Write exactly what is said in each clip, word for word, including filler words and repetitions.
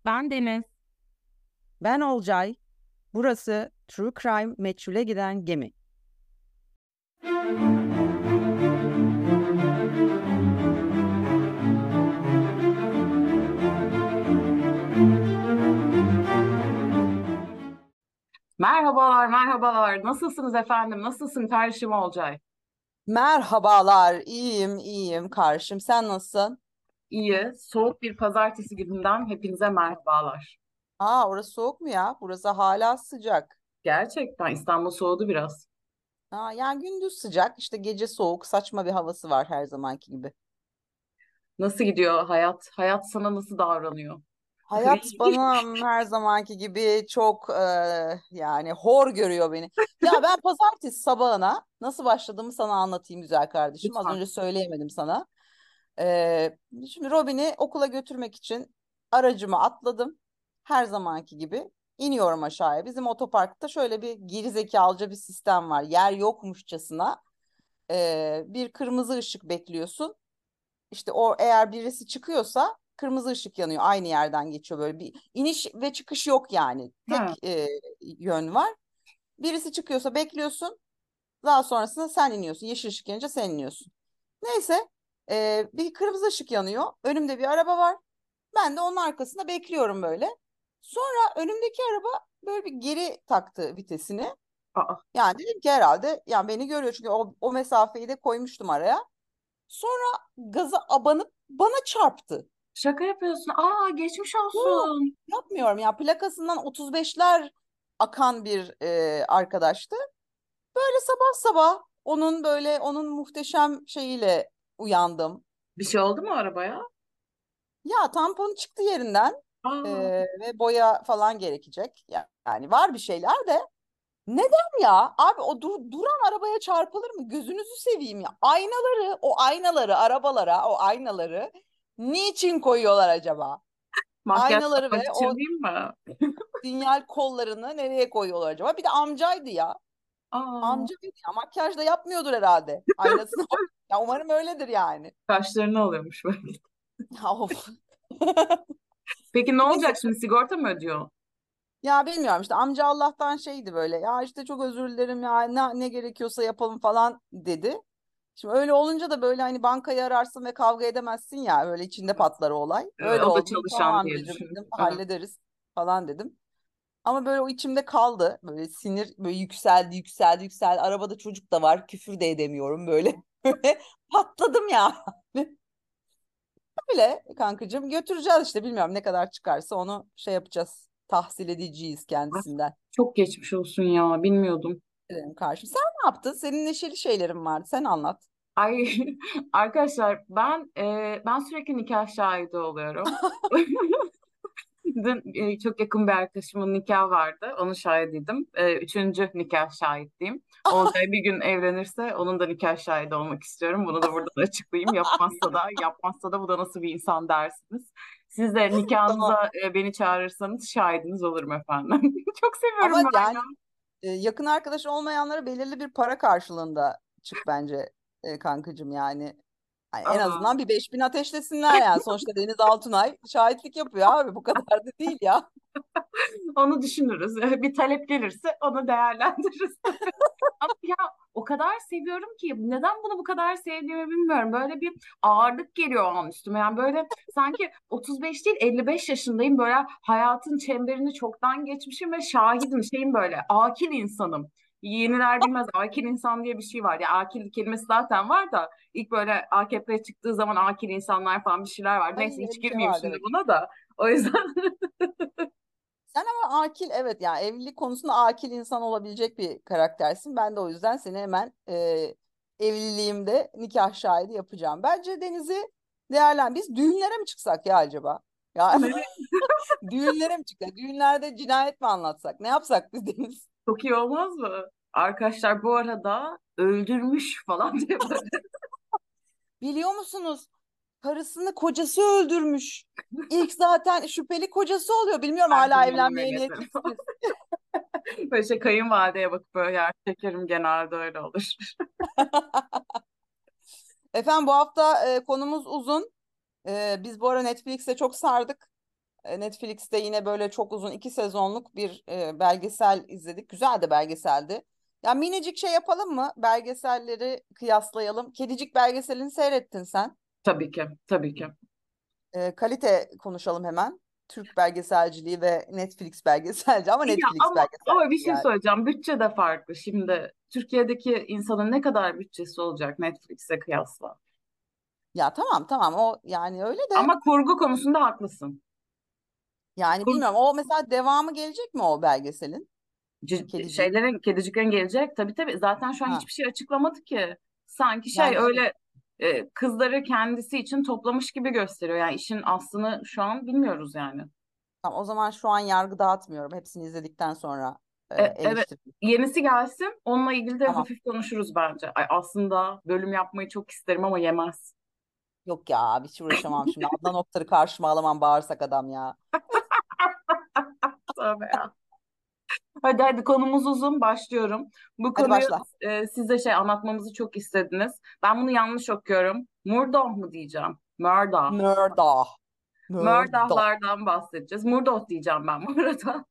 Ben Deniz. Ben Olcay. Burası True Crime Meçhule Giden Gemi. Merhabalar, merhabalar. Nasılsınız efendim? Nasılsın kardeşim Olcay? Merhabalar, iyiyim, iyiyim karşım. Sen nasılsın? İyi, soğuk bir pazartesi gününden hepinize merhabalar. Aa, orası soğuk mu ya? Burası hala sıcak. Gerçekten İstanbul soğudu biraz. Aa, yani gündüz sıcak, işte gece soğuk, saçma bir havası var her zamanki gibi. Nasıl gidiyor hayat? Hayat sana nasıl davranıyor? Hayat bana her zamanki gibi çok e, yani hor görüyor beni. Ya ben pazartesi sabahına nasıl başladığımı sana anlatayım güzel kardeşim. Az Lütfen. önce söyleyemedim sana. Ee, Şimdi Robin'i okula götürmek için aracıma atladım. Her zamanki gibi iniyorum aşağıya. Bizim otoparkta şöyle bir gerizekalıca bir sistem var. Yer yokmuşçasına ee, bir kırmızı ışık bekliyorsun. İşte o eğer birisi çıkıyorsa kırmızı ışık yanıyor. Aynı yerden geçiyor böyle bir iniş ve çıkış yok yani. Ha, Tek e, yön var. Birisi çıkıyorsa bekliyorsun. Daha sonrasında sen iniyorsun. Yeşil ışık yanınca sen iniyorsun. Neyse e, bir kırmızı ışık yanıyor. Önümde bir araba var. Ben de onun arkasında bekliyorum böyle. Sonra önümdeki araba böyle bir geri taktı vitesini. aa, Yani dedim ki herhalde yani beni görüyor çünkü o, o mesafeyi de koymuştum araya. Sonra gaza abanıp bana çarptı. şaka yapıyorsun. Aa, geçmiş Yok, olsun. yapmıyorum ya, plakasından otuz beşler akan bir e, arkadaştı. Böyle sabah sabah onun böyle onun muhteşem şeyiyle uyandım. Bir şey oldu mu arabaya? Ya tampon çıktı yerinden e, Aa, ve boya falan gerekecek. Ya- Yani var bir şeyler de. Neden ya? Abi o dur- duran arabaya çarpılır mı? Gözünüzü seveyim ya. Aynaları, o aynaları, arabalara o aynaları niçin koyuyorlar acaba? makyaj Aynaları ve yapmak için o değil mi? sinyal kollarını nereye koyuyorlar acaba? Bir de amcaydı ya. Aa, Amcaydı ya. Makyaj da yapmıyordur herhalde. Aynasını. Ya umarım öyledir yani. kaşlarını alıyormuş böyle. Ya of. Peki ne Neyse. olacak şimdi, sigorta mı ödüyor? Ya bilmiyorum işte amca Allah'tan şeydi böyle. Ya işte çok özür dilerim ya ne, ne gerekiyorsa yapalım falan dedi. Şimdi öyle olunca da böyle hani bankayı ararsın ve kavga edemezsin ya. Öyle içinde Evet. patlar o olay. Evet, Öyle o da oldu. Tamam çalışan diye amcacığım düşün. dedim, Evet. hallederiz falan dedim. Ama böyle o içimde kaldı. Böyle sinir böyle yükseldi yükseldi yükseldi. Arabada çocuk da var. Küfür de edemiyorum böyle. Böyle patladım ya. Öyle kankacığım götüreceğiz işte, bilmiyorum ne kadar çıkarsa onu şey yapacağız. Tahsil edeceğiz Ay, kendisinden. çok geçmiş olsun ya, bilmiyordum. Dedim karşı. Sen ne yaptın? Senin neşeli şeylerin vardı. Sen anlat. Ay arkadaşlar, ben e, ben sürekli nikah şahidi oluyorum. Dün e, çok yakın bir arkadaşımın nikahı vardı. Onun şahidiydim. E, üçüncü nikah şahitliğim. Olcay bir gün evlenirse onun da nikah şahidi olmak istiyorum. Bunu da buradan açıklayayım. Yapmazsa da yapmazsa da bu da nasıl bir insan dersiniz. Siz de Tamam. nikahınıza e, beni çağırırsanız şahidiniz olurum efendim. Çok seviyorum Ama ben yani ya. e, yakın arkadaş olmayanlara belirli bir para karşılığında çık bence e, kankacığım yani. Yani en Aa. azından bir beş bin ateşlesinler yani. Sonuçta Deniz Altunay şahitlik yapıyor abi. Bu kadar da değil ya. Onu düşünürüz. Bir talep gelirse onu değerlendiririz. Ama ya o kadar seviyorum ki, neden bunu bu kadar sevdiğimi bilmiyorum. Böyle bir ağırlık geliyor o an üstüme. Yani böyle sanki otuz beş değil elli beş yaşındayım. Böyle hayatın çemberini çoktan geçmişim ve şahidim, şeyim, böyle akil insanım. Yeniler bilmez, akil insan diye bir şey var. Ya akil kelimesi zaten var da ilk böyle A K P çıktığı zaman akil insanlar falan bir şeyler var. Ay Neyse, hiç öyle bir şey girmeyeyim vardı, şimdi evet. buna da. O yüzden Sen ama akil, evet, yani evlilik konusunda akil insan olabilecek bir karaktersin. Ben de o yüzden seni hemen e, evliliğimde nikah şahidi yapacağım. Bence Deniz'i değerlen. Biz düğünlere mi çıksak ya acaba? Ya düğünlere mi çıksak? Düğünlerde cinayet mi anlatsak? Ne yapsak biz Deniz? çok iyi olmaz mı? Arkadaşlar bu arada öldürmüş falan diye böyle. Biliyor musunuz? Karısını kocası öldürmüş. İlk zaten şüpheli kocası oluyor. Bilmiyorum Her hala zaman evlenmeye öyledir. niyetlisiniz. Böyle şey, kayınvalideye bakıp böyle yer çekerim, genelde öyle olur. Efendim bu hafta e, konumuz uzun. E, biz bu ara Netflix'e çok sardık. E, Netflix'te yine böyle çok uzun iki sezonluk bir e, belgesel izledik. Güzel de belgeseldi. Ya minicik şey yapalım mı? Belgeselleri kıyaslayalım. Kedicik belgeselini seyrettin sen. Tabii ki, tabii ki. E, kalite konuşalım hemen. Türk belgeselciliği ve Netflix belgeselci ama Ya Netflix ama ama bir belgeselci şey yani. söyleyeceğim. Bütçe de farklı. Şimdi Türkiye'deki insanın ne kadar bütçesi olacak Netflix'e kıyasla? Ya tamam tamam o yani öyle de Ama kurgu konusunda haklısın. yani Kur- bilmiyorum o mesela devamı gelecek mi o belgeselin? c- Kediciğin. şeylerin, kediciklerin gelecek. Tabii tabii. Zaten şu an Ha hiçbir şey açıklamadı ki. Sanki şey yani evet. öyle e, kızları kendisi için toplamış gibi gösteriyor. Yani işin aslını şu an bilmiyoruz yani. Tamam, o zaman şu an yargı dağıtmıyorum. Hepsini izledikten sonra e, E, evet. eleştiririm. Yenisi gelsin. Onunla ilgili de Tamam. hafif konuşuruz bence. Ay, aslında bölüm yapmayı çok isterim ama yemez. Yok ya hiç uğraşamam şimdi. Adnan Oktar'ı karşıma alamam bağırsak adam ya. Tövbe ya. Hadi hadi konumuz uzun. Başlıyorum. Bu Hadi konuyu başla. e, size şey anlatmamızı çok istediniz. Ben bunu yanlış okuyorum. Murdoch mu diyeceğim? Murdoch. Murdoch. Murdoch. Murdoch'lardan bahsedeceğiz. Murdoch diyeceğim ben bu arada.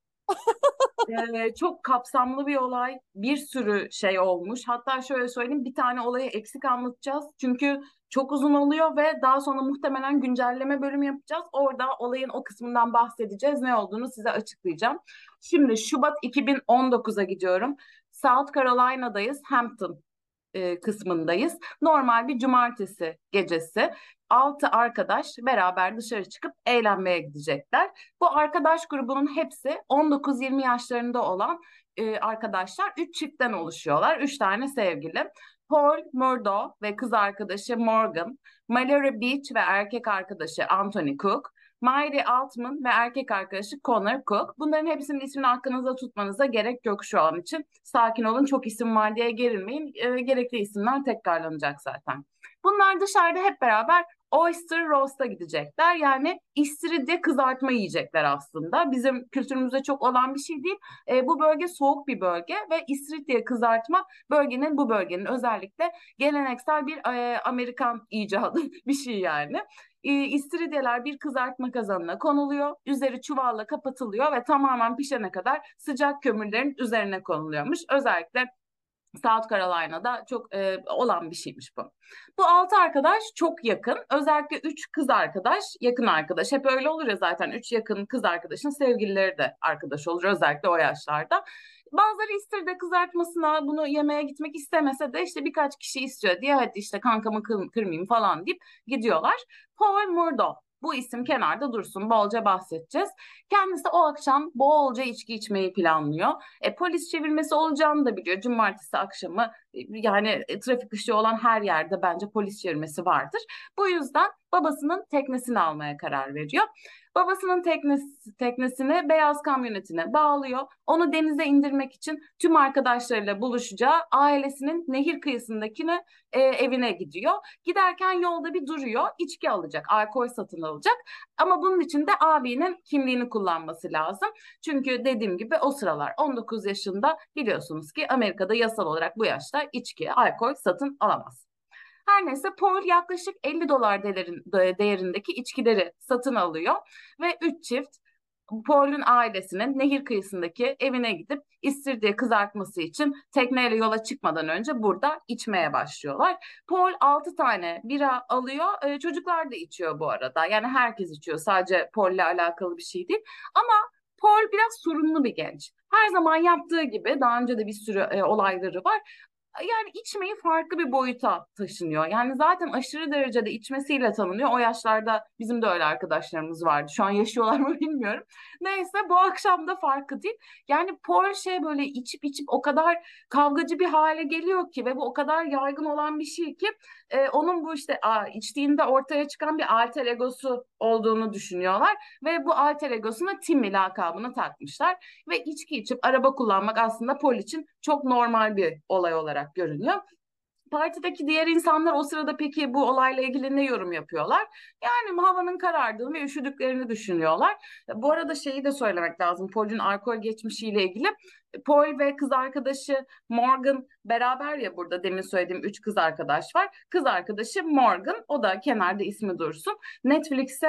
Ee, çok kapsamlı bir olay. Bir sürü şey olmuş. Hatta şöyle söyleyeyim, bir tane olayı eksik anlatacağız. Çünkü çok uzun oluyor ve daha sonra muhtemelen güncelleme bölümü yapacağız. Orada olayın o kısmından bahsedeceğiz. Ne olduğunu size açıklayacağım. Şimdi Şubat iki bin on dokuza gidiyorum. South Carolina'dayız. Hampton e, kısmındayız. Normal bir cumartesi gecesi. Altı arkadaş beraber dışarı çıkıp eğlenmeye gidecekler. Bu arkadaş grubunun hepsi on dokuz yirmi yaşlarında olan e, arkadaşlar. Üç çiftten oluşuyorlar. Üç tane sevgili. Paul Murdoch ve kız arkadaşı Morgan, Mallory Beach ve erkek arkadaşı Anthony Cook, Mary Altman ve erkek arkadaşı Connor Cook. Bunların hepsinin ismini aklınızda tutmanıza gerek yok şu an için. Sakin olun, çok isim var diye gerilmeyin. E, gerekli isimler tekrarlanacak zaten. Bunlar dışarıda hep beraber oyster roast'a gidecekler. Yani istiridye kızartma yiyecekler aslında. Bizim kültürümüzde çok olan bir şey değil. E, bu bölge soğuk bir bölge ve istiridye kızartma bölgenin bu bölgenin özellikle geleneksel bir e, Amerikan icadı bir şey yani. E, istiridyeler bir kızartma kazanına konuluyor. Üzeri çuvalla kapatılıyor ve tamamen pişene kadar sıcak kömürlerin üzerine konuluyormuş. Özellikle South Carolina'da çok e, olan bir şeymiş bu. Bu altı arkadaş çok yakın. Özellikle üç kız arkadaş yakın arkadaş. Hep öyle olur ya zaten. Üç yakın kız arkadaşın sevgilileri de arkadaş olur. Özellikle o yaşlarda. Bazıları istiridye kızartmasına bunu yemeye gitmek istemese de işte birkaç kişi istiyor diye hadi işte kankamı kır, kırmayayım falan deyip gidiyorlar. Paul Murdoch. Bu isim kenarda dursun. Bolca bahsedeceğiz. Kendisi o akşam bolca içki içmeyi planlıyor. E, polis çevirmesi olacağını da biliyor. Cumartesi akşamı e, yani e, trafik ışığı olan her yerde bence polis çevirmesi vardır. Bu yüzden babasının teknesini almaya karar veriyor. Babasının teknesi, teknesini beyaz kamyonetine bağlıyor. Onu denize indirmek için tüm arkadaşlarıyla buluşacağı ailesinin nehir kıyısındakine e, evine gidiyor. Giderken yolda bir duruyor, içki alacak, alkol satın alacak. Ama bunun için de abinin kimliğini kullanması lazım. Çünkü dediğim gibi o sıralar on dokuz yaşında biliyorsunuz ki Amerika'da yasal olarak bu yaşta içki, alkol satın alamaz. Her neyse Paul yaklaşık elli dolar değerin, değerindeki içkileri satın alıyor ve üç çift Paul'un ailesinin nehir kıyısındaki evine gidip istiridye kızartması için tekneyle yola çıkmadan önce burada içmeye başlıyorlar. Paul altı tane bira alıyor. Ee, çocuklar da içiyor bu arada. Yani herkes içiyor. Sadece Paul'le alakalı bir şey değil. Ama Paul biraz sorunlu bir genç. Her zaman yaptığı gibi daha önce de bir sürü e, olayları var. Yani içmeyi farklı bir boyuta taşınıyor. Yani zaten aşırı derecede içmesiyle tanınıyor. O yaşlarda bizim de öyle arkadaşlarımız vardı. Şu an yaşıyorlar mı bilmiyorum. Neyse bu akşam da farkı değil. Yani Paul şey böyle içip içip o kadar kavgacı bir hale geliyor ki ve bu o kadar yaygın olan bir şey ki e, onun bu işte a, içtiğinde ortaya çıkan bir alter egosu olduğunu düşünüyorlar ve bu alter egosuna Timmy lakabını takmışlar ve içki içip araba kullanmak aslında Paul için çok normal bir olay olarak görünüyor. Partideki diğer insanlar o sırada peki bu olayla ilgili ne yorum yapıyorlar? Yani havanın karardığını ve üşüdüklerini düşünüyorlar. Bu arada şeyi de söylemek lazım. Paul'ün alkol geçmişiyle ilgili. Paul ve kız arkadaşı Morgan beraber ya burada demin söylediğim üç kız arkadaş var. Kız arkadaşı Morgan, o da kenarda ismi dursun. Netflix'e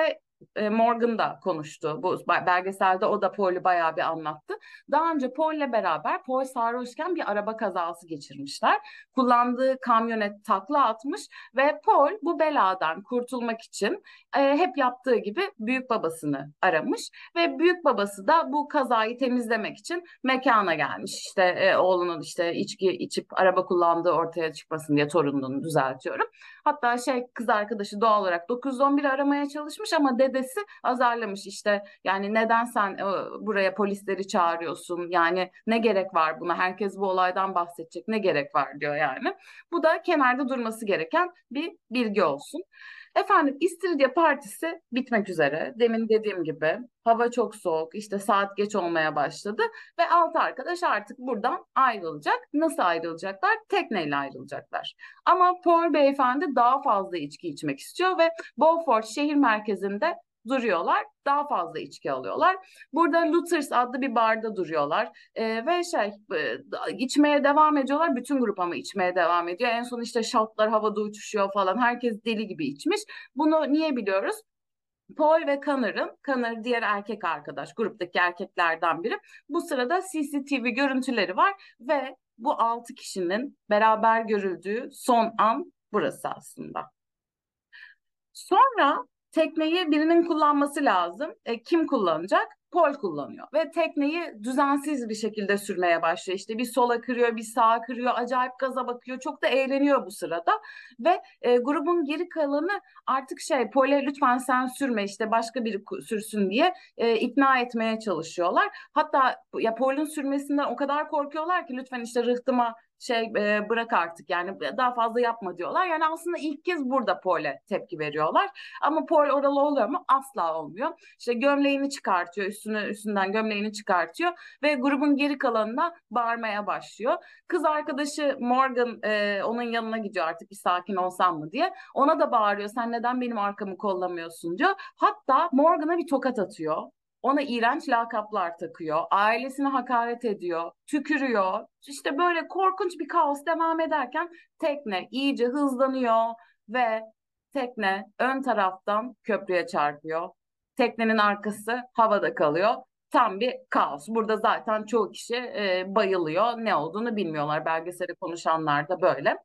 e, Morgan da konuştu. Bu belgeselde o da Paul'ü bayağı bir anlattı. Daha önce Paul'le beraber Paul sarhoşken bir araba kazası geçirmişler. Kullandığı kamyonet takla atmış ve Paul bu beladan kurtulmak için e, hep yaptığı gibi büyük babasını aramış ve büyük babası da bu kazayı temizlemek için mekana gelmiş. İşte e, oğlunun işte içki içip araba kullandığı ortaya çıkmasın diye, torununu düzeltiyorum. Hatta şey, kız arkadaşı doğal olarak dokuz yüz on bir aramaya çalışmış ama dedesi azarlamış, işte yani neden sen e, buraya polisleri çağırıyorsun, yani ne gerek var buna, herkes bu olaydan bahsedecek, ne gerek var diyor yani. Bu da kenarda durması gereken bir bilgi olsun. Efendim, İstiridye Partisi bitmek üzere. Demin dediğim gibi hava çok soğuk, işte saat geç olmaya başladı ve altı arkadaş artık buradan ayrılacak. Nasıl ayrılacaklar? Tekneyle ayrılacaklar. Ama Paul beyefendi daha fazla içki içmek istiyor ve Beaufort şehir merkezinde duruyorlar. Daha fazla içki alıyorlar. Burada Luthers adlı bir barda duruyorlar. Ee, ve şey e, içmeye devam ediyorlar. Bütün grup ama içmeye devam ediyor. En son işte şatlar havada uçuşuyor falan. Herkes deli gibi içmiş. Bunu niye biliyoruz? Paul ve Connor'ın, Connor diğer erkek arkadaş, gruptaki erkeklerden biri. Bu sırada C C T V görüntüleri var ve bu altı kişinin beraber görüldüğü son an burası aslında. Sonra tekneyi birinin kullanması lazım. E, kim kullanacak? Paul kullanıyor ve tekneyi düzensiz bir şekilde sürmeye başlıyor. İşte bir sola kırıyor, bir sağa kırıyor, acayip gaza bakıyor. Çok da eğleniyor bu sırada ve e, grubun geri kalanı artık şey, Paul'e lütfen sen sürme, işte başka biri sürsün diye e, ikna etmeye çalışıyorlar. Hatta ya Paul'un sürmesinden o kadar korkuyorlar ki lütfen işte rıhtıma şey e, bırak artık, yani daha fazla yapma diyorlar. Yani aslında ilk kez burada Paul'e tepki veriyorlar. Ama Paul oralı oluyor mu? Asla olmuyor. İşte gömleğini çıkartıyor, üstüne üstünden gömleğini çıkartıyor ve grubun geri kalanına bağırmaya başlıyor. Kız arkadaşı Morgan e, onun yanına gidiyor, artık bir sakin olsam mı diye. Ona da bağırıyor, sen neden benim arkamı kollamıyorsun diyor. Hatta Morgan'a bir tokat atıyor. Ona iğrenç lakaplar takıyor, ailesine hakaret ediyor, tükürüyor. İşte böyle korkunç bir kaos devam ederken tekne iyice hızlanıyor ve tekne ön taraftan köprüye çarpıyor. Teknenin arkası havada kalıyor. Tam bir kaos. Burada zaten çoğu kişi e, bayılıyor. Ne olduğunu bilmiyorlar. Belgeseli konuşanlar da böyle.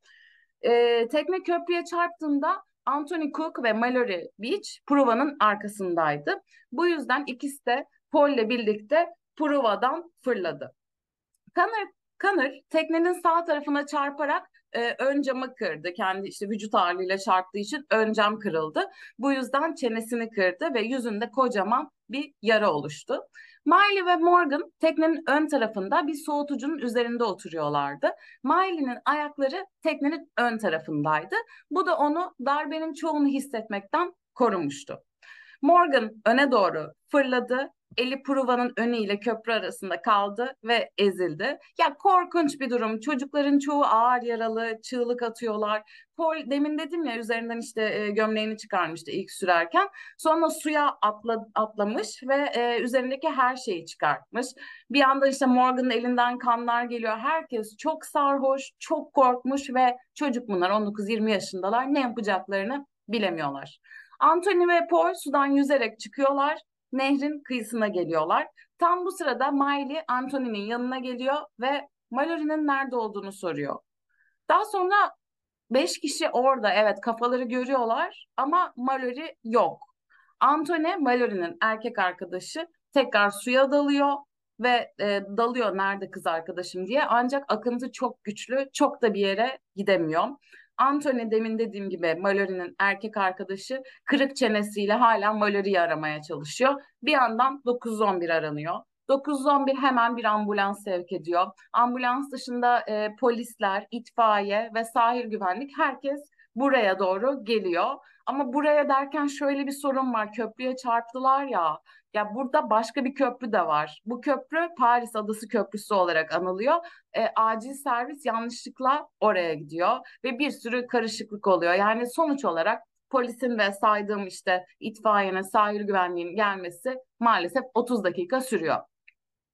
E, tekne köprüye çarptığında Anthony Cook ve Mallory Beach Pruva'nın arkasındaydı. Bu yüzden ikisi de Paul'le birlikte Pruva'dan fırladı. Connor, Connor teknenin sağ tarafına çarparak e, ön camı kırdı. Kendi işte vücut ağırlığıyla çarptığı için ön cam kırıldı. Bu yüzden çenesini kırdı ve yüzünde kocaman bir yara oluştu. Miley ve Morgan teknenin ön tarafında bir soğutucunun üzerinde oturuyorlardı. Miley'nin ayakları teknenin ön tarafındaydı. Bu da onu darbenin çoğunu hissetmekten korumuştu. Morgan öne doğru fırladı. Eli Pruva'nın önüyle köprü arasında kaldı ve ezildi. Ya korkunç bir durum. Çocukların çoğu ağır yaralı, çığlık atıyorlar. Paul, demin dedim ya, üzerinden işte e, gömleğini çıkarmıştı ilk sürerken. Sonra suya atla, atlamış ve e, üzerindeki her şeyi çıkartmış. Bir anda işte Morgan'ın elinden kanlar geliyor. Herkes çok sarhoş, çok korkmuş ve çocuk bunlar, on dokuz yirmi yaşındalar. Ne yapacaklarını bilemiyorlar. Anthony ve Paul sudan yüzerek çıkıyorlar. Nehrin kıyısına geliyorlar. Tam bu sırada Miley Anthony'nin yanına geliyor ve Mallory'nin nerede olduğunu soruyor. Daha sonra beş kişi orada, evet, kafaları görüyorlar ama Mallory yok. Anthony, Mallory'nin erkek arkadaşı, tekrar suya dalıyor ve e, dalıyor nerede kız arkadaşım diye, ancak akıntı çok güçlü, çok da bir yere gidemiyor. Anthony, demin dediğim gibi Mallory'nin erkek arkadaşı, kırık çenesiyle hala Mallory'yi aramaya çalışıyor. Bir yandan dokuz on bir aranıyor. dokuz on bir hemen bir ambulans sevk ediyor. Ambulans dışında e, polisler, itfaiye ve sahil güvenlik, herkes buraya doğru geliyor. Ama buraya derken şöyle bir sorun var. Köprüye çarptılar ya. Ya burada başka bir köprü de var. Bu köprü Paris Adası Köprüsü olarak anılıyor. E, acil servis yanlışlıkla oraya gidiyor ve bir sürü karışıklık oluyor. Yani sonuç olarak polisin ve saydığım işte itfaiyenin, sahil güvenliğinin gelmesi maalesef otuz dakika sürüyor.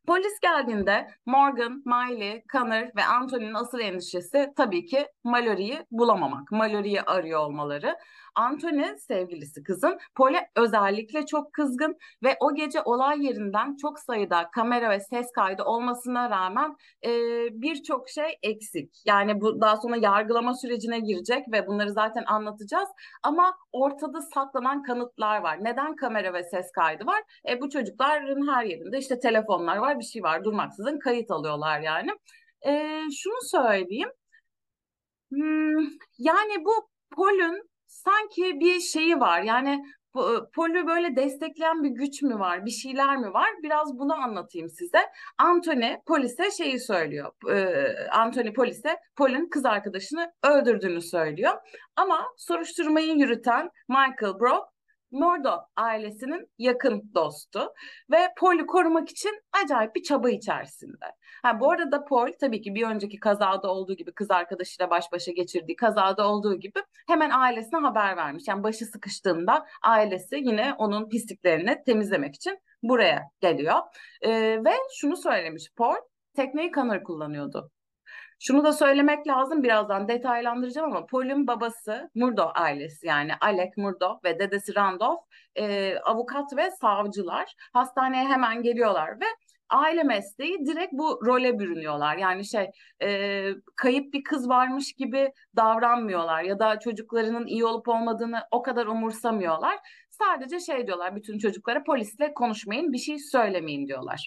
Polis geldiğinde Morgan, Miley, Connor ve Anthony'nin asıl endişesi tabii ki Mallory'yi bulamamak. Mallory'yi arıyor olmaları. Anthony sevgilisi kızın, Paul'e özellikle çok kızgın ve o gece olay yerinden çok sayıda kamera ve ses kaydı olmasına rağmen e, birçok şey eksik. Yani bu daha sonra yargılama sürecine girecek ve bunları zaten anlatacağız. Ama ortada saklanan kanıtlar var. Neden kamera ve ses kaydı var? E, bu çocukların her yerinde işte telefonlar var, bir şey var. Durmaksızın kayıt alıyorlar yani. E, şunu söyleyeyim. Hmm, yani bu Paul'ün sanki bir şeyi var. Yani Po- Paul'ü böyle destekleyen bir güç mü var, bir şeyler mi var? Biraz bunu anlatayım size. Anthony polise şeyi söylüyor. Ee, Anthony polise Paul'ün kız arkadaşını öldürdüğünü söylüyor. Ama soruşturmayı yürüten Michael Brock, Murdoch ailesinin yakın dostu ve Paul'ü korumak için acayip bir çaba içerisinde. Ha, bu arada Paul tabii ki bir önceki kazada olduğu gibi, kız arkadaşıyla baş başa geçirdiği kazada olduğu gibi hemen ailesine haber vermiş. Yani başı sıkıştığında ailesi yine onun pisliklerini temizlemek için buraya geliyor. Ee, ve şunu söylemiş Paul, tekneyi Connor kullanıyordu. Şunu da söylemek lazım, birazdan detaylandıracağım ama Paul'ün babası Murdoch ailesi, yani Alec Murdoch ve dedesi Randolph e, avukat ve savcılar, hastaneye hemen geliyorlar ve aile mesleği direkt bu role bürünüyorlar. Yani şey, e, kayıp bir kız varmış gibi davranmıyorlar ya da çocuklarının iyi olup olmadığını o kadar umursamıyorlar. Sadece şey diyorlar bütün çocuklara, polisle konuşmayın, bir şey söylemeyin diyorlar.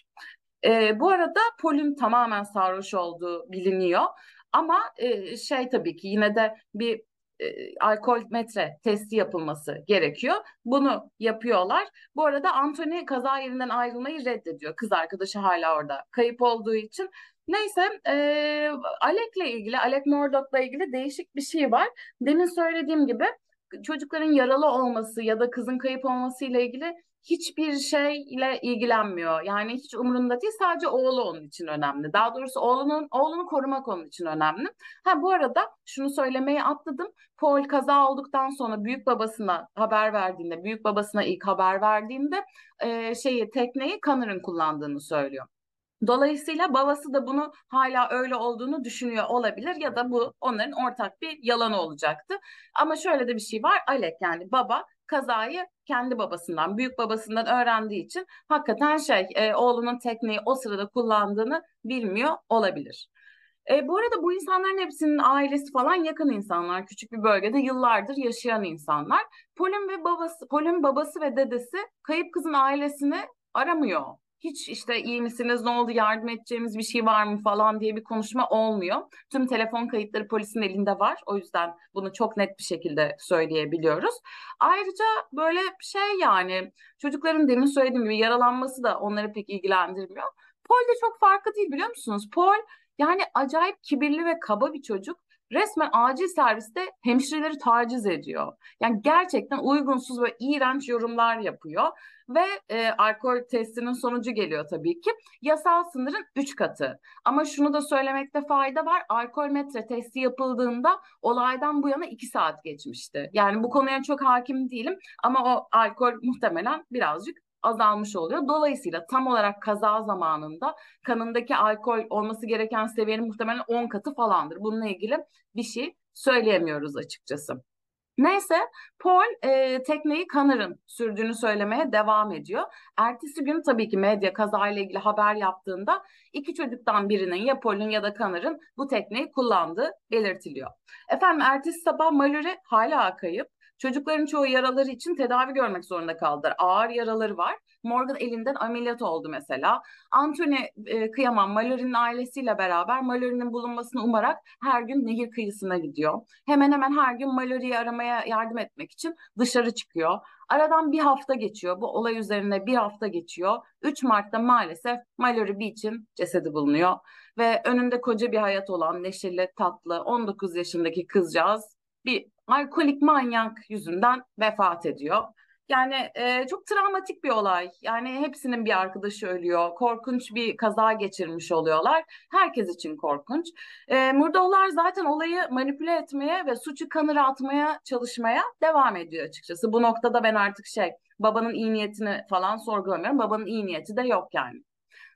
E, bu arada Paul'ün tamamen sarhoş olduğu biliniyor. Ama e, şey tabii ki yine de bir e, alkol metre testi yapılması gerekiyor. Bunu yapıyorlar. Bu arada Anthony kaza yerinden ayrılmayı reddediyor. Kız arkadaşı hala orada kayıp olduğu için. Neyse, e, Alec'le ilgili, Alec Murdoch'la ilgili değişik bir şey var. Demin söylediğim gibi çocukların yaralı olması ya da kızın kayıp olması ile ilgili hiçbir şeyle ilgilenmiyor. Yani hiç umurunda değil. Sadece oğlu onun için önemli. Daha doğrusu oğlunun oğlunu korumak onun için önemli. Ha, bu arada şunu söylemeyi atladım. Paul kaza olduktan sonra büyük babasına haber verdiğinde, büyük babasına ilk haber verdiğinde e, şeyi tekneyi Connor'ın kullandığını söylüyor. Dolayısıyla babası da bunu hala öyle olduğunu düşünüyor olabilir ya da bu onların ortak bir yalanı olacaktı. Ama şöyle de bir şey var. Alec, yani baba, kazayı kendi babasından, büyük babasından öğrendiği için hakikaten şey, e, oğlunun tekneyi o sırada kullandığını bilmiyor olabilir. E, bu arada bu insanların hepsinin ailesi falan yakın insanlar. Küçük bir bölgede yıllardır yaşayan insanlar. Pol'ün ve babası, Pol'ün babası ve dedesi kayıp kızın ailesini aramıyor. Hiç işte iyi misiniz, ne oldu, yardım edeceğimiz bir şey var mı falan diye bir konuşma olmuyor. Tüm telefon kayıtları polisin elinde var. O yüzden bunu çok net bir şekilde söyleyebiliyoruz. Ayrıca böyle şey, yani çocukların demin söylediğim gibi yaralanması da onları pek ilgilendirmiyor. Paul de çok farklı değil, biliyor musunuz? Paul yani acayip kibirli ve kaba bir çocuk. Resmen acil serviste hemşireleri taciz ediyor. Yani gerçekten uygunsuz ve iğrenç yorumlar yapıyor. Ve e, alkol testinin sonucu geliyor tabii ki. Yasal sınırın üç katı. Ama şunu da söylemekte fayda var. Alkol metre testi yapıldığında olaydan bu yana iki saat geçmişti. Yani bu konuya çok hakim değilim. Ama o alkol muhtemelen birazcık azalmış oluyor. Dolayısıyla tam olarak kaza zamanında kanındaki alkol olması gereken seviyenin muhtemelen on katı falandır. Bununla ilgili bir şey söyleyemiyoruz açıkçası. Neyse, Paul e, tekneyi Connor'ın sürdüğünü söylemeye devam ediyor. Ertesi gün tabii ki medya kazayla ilgili haber yaptığında iki çocuktan birinin, ya Paul'un ya da Connor'ın bu tekneyi kullandığı belirtiliyor. Efendim, ertesi sabah Mallory hala kayıp. Çocukların çoğu yaraları için tedavi görmek zorunda kaldılar. Ağır yaraları var. Morgan elinden ameliyat oldu mesela. Anthony e, kıyamam Mallory'nin ailesiyle beraber Mallory'nin bulunmasını umarak her gün nehir kıyısına gidiyor. Hemen hemen her gün Mallory'yi aramaya yardım etmek için dışarı çıkıyor. Aradan bir hafta geçiyor. Bu olay üzerine bir hafta geçiyor. üç Mart'ta maalesef Mallory Beach'in cesedi bulunuyor. Ve önünde koca bir hayat olan neşeli, tatlı on dokuz yaşındaki kızcağız bir alkolik manyak yüzünden vefat ediyor. Yani e, çok travmatik bir olay. Yani hepsinin bir arkadaşı ölüyor. Korkunç bir kaza geçirmiş oluyorlar. Herkes için korkunç. E, Murdochlar zaten olayı manipüle etmeye ve suçu kanıra atmaya çalışmaya devam ediyor açıkçası. Bu noktada ben artık şey, babanın iyi niyetini falan sorgulamıyorum. Babanın iyi niyeti de yok yani.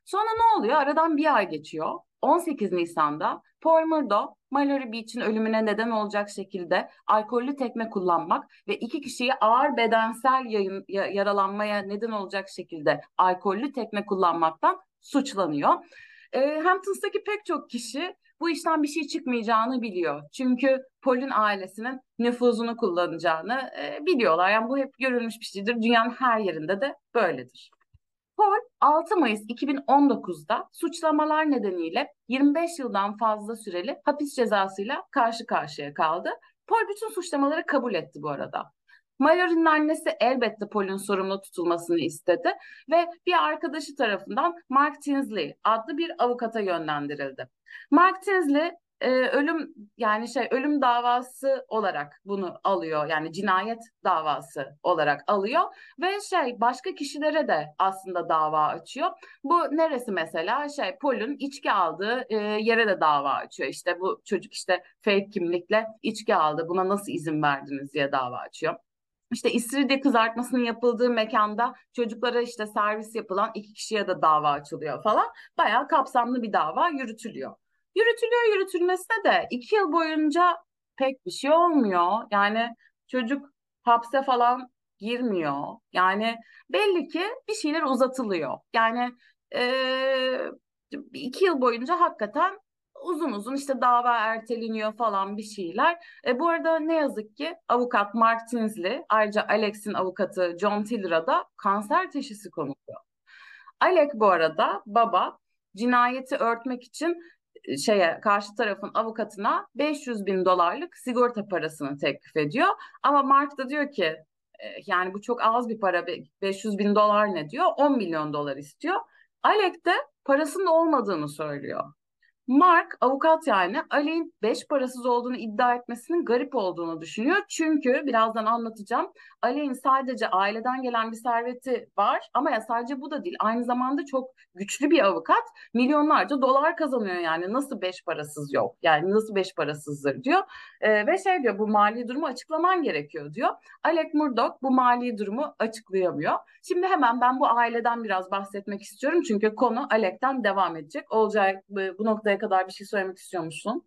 Sonra ne oluyor? Aradan bir ay geçiyor. on sekiz Nisan'da Paul Murdoch, Mallory Beach'in ölümüne neden olacak şekilde alkollü tekne kullanmak ve iki kişiyi ağır bedensel yayın, ya- yaralanmaya neden olacak şekilde alkollü tekne kullanmaktan suçlanıyor. E, Hamptons'taki pek çok kişi bu işten bir şey çıkmayacağını biliyor. Çünkü Paul'ün ailesinin nüfuzunu kullanacağını e, biliyorlar. Yani bu hep görülmüş bir şeydir. Dünyanın her yerinde de böyledir. Paul altı Mayıs iki bin on dokuzda suçlamalar nedeniyle yirmi beş yıldan fazla süreli hapis cezasıyla karşı karşıya kaldı. Paul bütün suçlamaları kabul etti bu arada. Mallory'nin annesi elbette Paul'ün sorumlu tutulmasını istedi ve bir arkadaşı tarafından Mark Tinsley adlı bir avukata yönlendirildi. Mark Tinsley e, ölüm yani şey ölüm davası olarak bunu alıyor, yani cinayet davası olarak alıyor ve şey başka kişilere de aslında dava açıyor. Bu neresi mesela? Şey Paul'un içki aldığı e, yere de dava açıyor. İşte bu çocuk işte fake kimlikle içki aldı. Buna nasıl izin verdiniz diye dava açıyor. İşte istiridye kızartmasının yapıldığı mekanda çocuklara işte servis yapılan iki kişiye de dava açılıyor falan. Bayağı kapsamlı bir dava yürütülüyor. Yürütülüyor yürütülmesine de iki yıl boyunca pek bir şey olmuyor. Yani çocuk hapse falan girmiyor. Yani belli ki bir şeyler uzatılıyor. Yani eee, iki yıl boyunca hakikaten uzun uzun işte dava erteleniyor falan bir şeyler. E, bu arada ne yazık ki avukat Mark Tinsley, ayrıca Alex'in avukatı John Tiller'a da kanser teşhisi konuluyor. Alec bu arada baba cinayeti örtmek için e, şeye karşı tarafın avukatına beş yüz bin dolarlık sigorta parasını teklif ediyor. Ama Mark da diyor ki e, yani bu çok az bir para, beş yüz bin dolar ne diyor, on milyon dolar istiyor. Alec de parasının olmadığını söylüyor. Mark, avukat yani Ali'nin beş parasız olduğunu iddia etmesinin garip olduğunu düşünüyor. Çünkü birazdan anlatacağım. Ali'nin sadece aileden gelen bir serveti var ama ya sadece bu da değil. Aynı zamanda çok güçlü bir avukat. Milyonlarca dolar kazanıyor yani. Nasıl beş parasız yok? Yani nasıl beş parasızdır diyor. Ee, ve şey diyor, bu mali durumu açıklaman gerekiyor diyor. Alec Murdoch bu mali durumu açıklayamıyor. Şimdi hemen ben bu aileden biraz bahsetmek istiyorum. Çünkü konu Alec'ten devam edecek. Olcay, bu, bu noktaya kadar bir şey söylemek istiyor musun?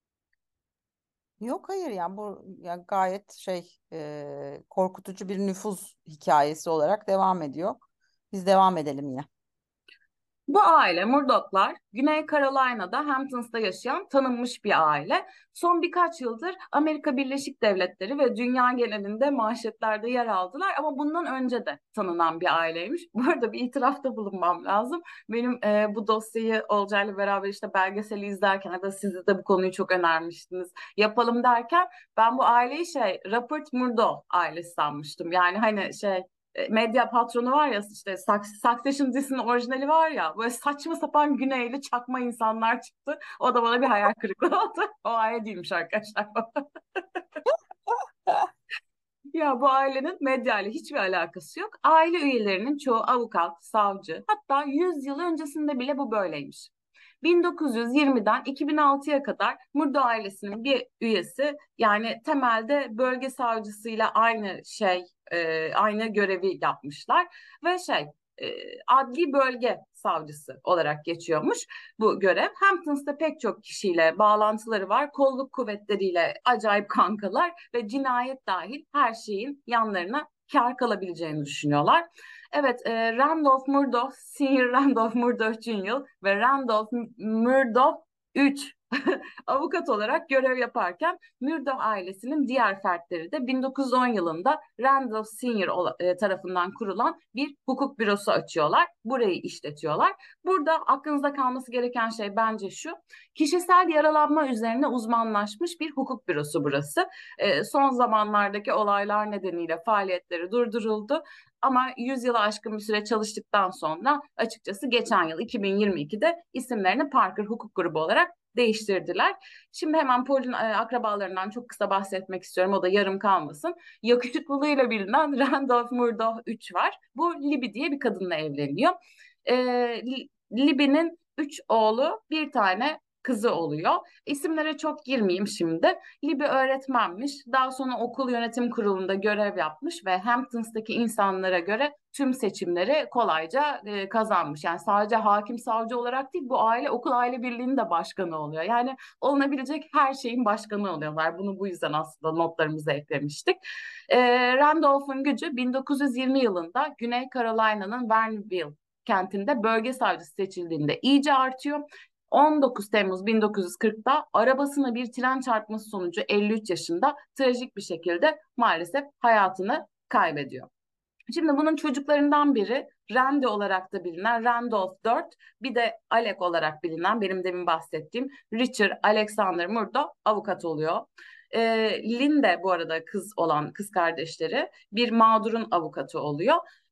Yok, hayır, yani bu ya gayet şey e, korkutucu bir nüfuz hikayesi olarak devam ediyor. Biz devam edelim yine. Bu aile Murdochlar Güney Carolina'da Hamptons'ta yaşayan tanınmış bir aile. Son birkaç yıldır Amerika Birleşik Devletleri ve dünya genelinde manşetlerde yer aldılar ama bundan önce de tanınan bir aileymiş. Bu arada bir itirafta bulunmam lazım. Benim e, bu dosyayı Olcay'la beraber işte belgeseli izlerken ya da siz de bu konuyu çok önermiştiniz. Yapalım derken ben bu aileyi şey Rupert Murdoch ailesi sanmıştım. Yani hani şey e, medya patronu var ya, işte Succession dizisinin orijinali var ya, böyle saçma sapan güneyli çakma insanlar çıktı. O da bana bir hayal kırıklığı oldu. O aile değilmiş arkadaşlar. Ya bu ailenin medyayla hiçbir alakası yok. Aile üyelerinin çoğu avukat, savcı, hatta yüz yıl öncesinde bile bu böyleymiş. bin dokuz yüz yirmiden iki bin altıya kadar Murdoch ailesinin bir üyesi, yani temelde bölge savcısıyla aynı şey, e, aynı görevi yapmışlar ve şey e, adli bölge savcısı olarak geçiyormuş bu görev. Hamptons'ta pek çok kişiyle bağlantıları var. Kolluk kuvvetleriyle acayip kankalar ve cinayet dahil her şeyin yanlarına kar kalabileceğini düşünüyorlar. Evet, e, Randolph Murdoch, Senior Randolph Murdoch Junior ve Randolph Murdoch üç avukat olarak görev yaparken Murdoch ailesinin diğer fertleri de bin dokuz yüz on yılında Randolph Senior e, tarafından kurulan bir hukuk bürosu açıyorlar. Burayı işletiyorlar. Burada aklınızda kalması gereken şey bence şu: kişisel yaralanma üzerine uzmanlaşmış bir hukuk bürosu burası. E, son zamanlardaki olaylar nedeniyle faaliyetleri durduruldu. Ama yüz yılı aşkın bir süre çalıştıktan sonra açıkçası geçen yıl iki bin yirmi ikide isimlerini Parker Hukuk Grubu olarak değiştirdiler. Şimdi hemen Paul'un e, akrabalarından çok kısa bahsetmek istiyorum. O da yarım kalmasın. Yakışıklılığıyla bilinen Randolph Murdoch üç var. Bu Libby diye bir kadınla evleniyor. E, Libby'nin üç oğlu, bir tane kızı oluyor. İsimlere çok girmeyeyim şimdi. Libby öğretmenmiş. Daha sonra okul yönetim kurulunda görev yapmış ve Hamptons'taki insanlara göre tüm seçimleri kolayca e, kazanmış. Yani sadece hakim savcı olarak değil, bu aile okul aile birliğinin de başkanı oluyor. Yani olunabilecek her şeyin başkanı oluyorlar. Bunu bu yüzden aslında notlarımıza eklemiştik. E, Randolph'un gücü bin dokuz yüz yirmi yılında Güney Carolina'nın Verneville kentinde bölge savcısı seçildiğinde iyice artıyor. on dokuz Temmuz bin dokuz yüz kırkta arabasına bir tren çarpması sonucu elli üç yaşında trajik bir şekilde maalesef hayatını kaybediyor. Şimdi bunun çocuklarından biri Randy olarak da bilinen Randolph dört, bir de Alec olarak bilinen benim demin bahsettiğim Richard Alexander Murdo avukat oluyor. E, Lynn de bu arada kız olan kız kardeşleri bir mağdurun avukatı oluyor.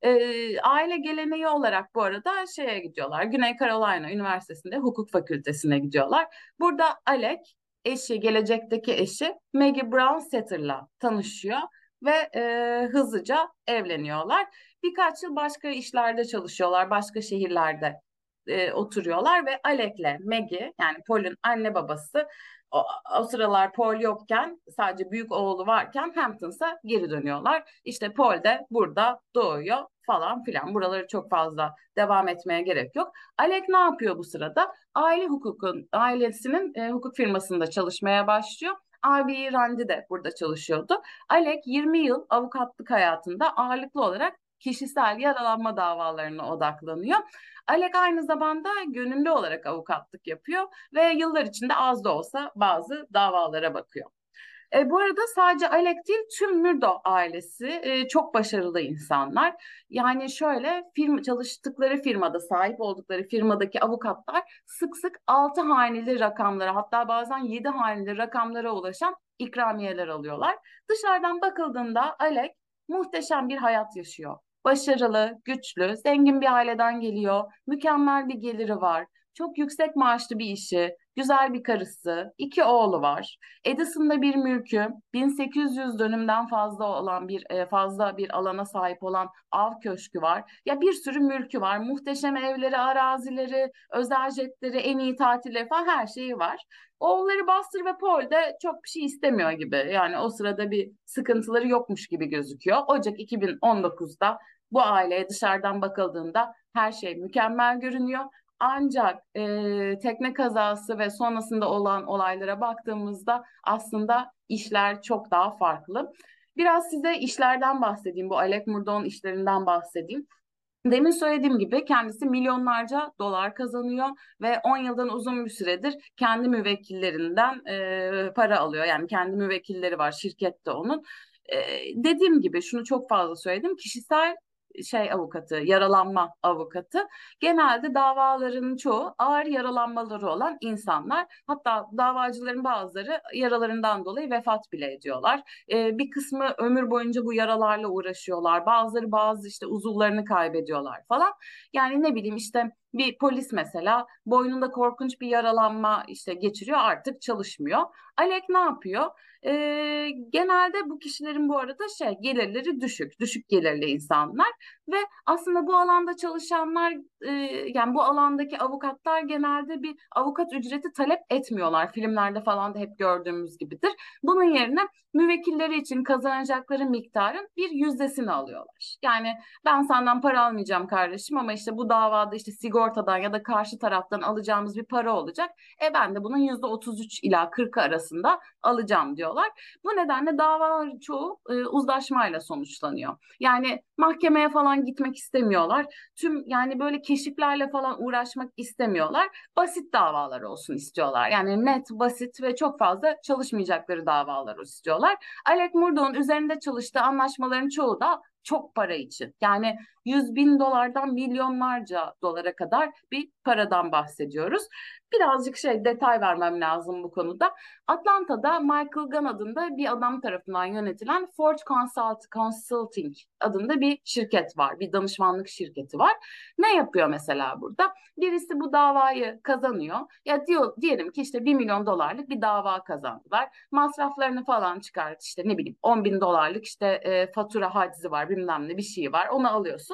E, aile geleneği olarak bu arada şeye gidiyorlar. Güney Carolina Üniversitesi'nde hukuk fakültesine gidiyorlar. Burada Alec eşi, gelecekteki eşi Maggie Brown Satter'la tanışıyor ve e, hızlıca evleniyorlar. Birkaç yıl başka işlerde çalışıyorlar, başka şehirlerde e, oturuyorlar ve Alec'le Maggie, yani Paul'ün anne babası, o, o sıralar Paul yokken, sadece büyük oğlu varken Hamptons'a geri dönüyorlar. İşte Paul de burada doğuyor falan filan. Buraları çok fazla devam etmeye gerek yok. Alec ne yapıyor bu sırada? Aile hukukun, ailesinin e, hukuk firmasında çalışmaya başlıyor. Abi Randy de burada çalışıyordu. Alec yirmi yıl avukatlık hayatında ağırlıklı olarak kişisel yaralanma davalarına odaklanıyor. Alec aynı zamanda gönüllü olarak avukatlık yapıyor ve yıllar içinde az da olsa bazı davalara bakıyor. E, bu arada sadece Alec değil, tüm Murdo ailesi e, çok başarılı insanlar. Yani şöyle, firma, çalıştıkları firmada, sahip oldukları firmadaki avukatlar sık sık altı haneli rakamlara, hatta bazen yedi haneli rakamlara ulaşan ikramiyeler alıyorlar. Dışarıdan bakıldığında Alec muhteşem bir hayat yaşıyor. Başarılı, güçlü, zengin bir aileden geliyor, mükemmel bir geliri var, çok yüksek maaşlı bir işi, güzel bir karısı, iki oğlu var. Edison'da bir mülkü, bin sekiz yüz dönümden fazla olan bir e, fazla bir alana sahip olan av köşkü var. Ya bir sürü mülkü var. Muhteşem evleri, arazileri, özel jetleri, en iyi tatilleri falan, her şeyi var. Oğulları Buster ve Paul de çok bir şey istemiyor gibi. Yani o sırada bir sıkıntıları yokmuş gibi gözüküyor. Ocak iki bin on dokuzda bu aileye dışarıdan bakıldığında her şey mükemmel görünüyor. Ancak e, tekne kazası ve sonrasında olan olaylara baktığımızda aslında işler çok daha farklı. Biraz size işlerden bahsedeyim, bu Alec Murdoch'un işlerinden bahsedeyim. Demin söylediğim gibi kendisi milyonlarca dolar kazanıyor ve on yıldan uzun bir süredir kendi müvekkillerinden e, para alıyor. Yani kendi müvekkilleri var şirkette onun. E, dediğim gibi şunu çok fazla söyledim. Kişisel şey avukatı, yaralanma avukatı. Genelde davaların çoğu ağır yaralanmaları olan insanlar. Hatta davacıların bazıları yaralarından dolayı vefat bile ediyorlar. Ee, bir kısmı ömür boyunca bu yaralarla uğraşıyorlar. Bazıları bazı işte uzuvlarını kaybediyorlar falan. Yani ne bileyim, işte bir polis mesela boynunda korkunç bir yaralanma işte geçiriyor, artık çalışmıyor. Alec ne yapıyor? Ee, genelde bu kişilerin bu arada şey gelirleri düşük, düşük gelirli insanlar ve aslında bu alanda çalışanlar, e, yani bu alandaki avukatlar genelde bir avukat ücreti talep etmiyorlar. Filmlerde falan da hep gördüğümüz gibidir. Bunun yerine müvekkilleri için kazanacakları miktarın bir yüzdesini alıyorlar. Yani ben senden para almayacağım kardeşim ama işte bu davada işte sigortadan ya da karşı taraftan alacağımız bir para olacak. E ben de bunun yüzde otuz üç ila kırkı arasında alacağım diyorlar. Bu nedenle davaların çoğu e, uzlaşmayla sonuçlanıyor. Yani mahkemeye falan gitmek istemiyorlar. Tüm yani böyle keşiflerle falan uğraşmak istemiyorlar. Basit davalar olsun istiyorlar. Yani net, basit ve çok fazla çalışmayacakları davalar istiyorlar. Alec Murdoch'un üzerinde çalıştığı anlaşmaların çoğu da çok para için. Yani yüz bin dolardan milyonlarca dolara kadar bir paradan bahsediyoruz. Birazcık şey detay vermem lazım bu konuda. Atlanta'da Michael Gunn adında bir adam tarafından yönetilen Ford Consult Consulting adında bir şirket var. Bir danışmanlık şirketi var. Ne yapıyor mesela burada? Birisi bu davayı kazanıyor. Ya diyor, diyelim ki işte bir milyon dolarlık bir dava kazandılar. Masraflarını falan çıkart, işte ne bileyim on bin dolarlık işte e, fatura hacizi var, bilmem ne bir şey var. Onu alıyorsun.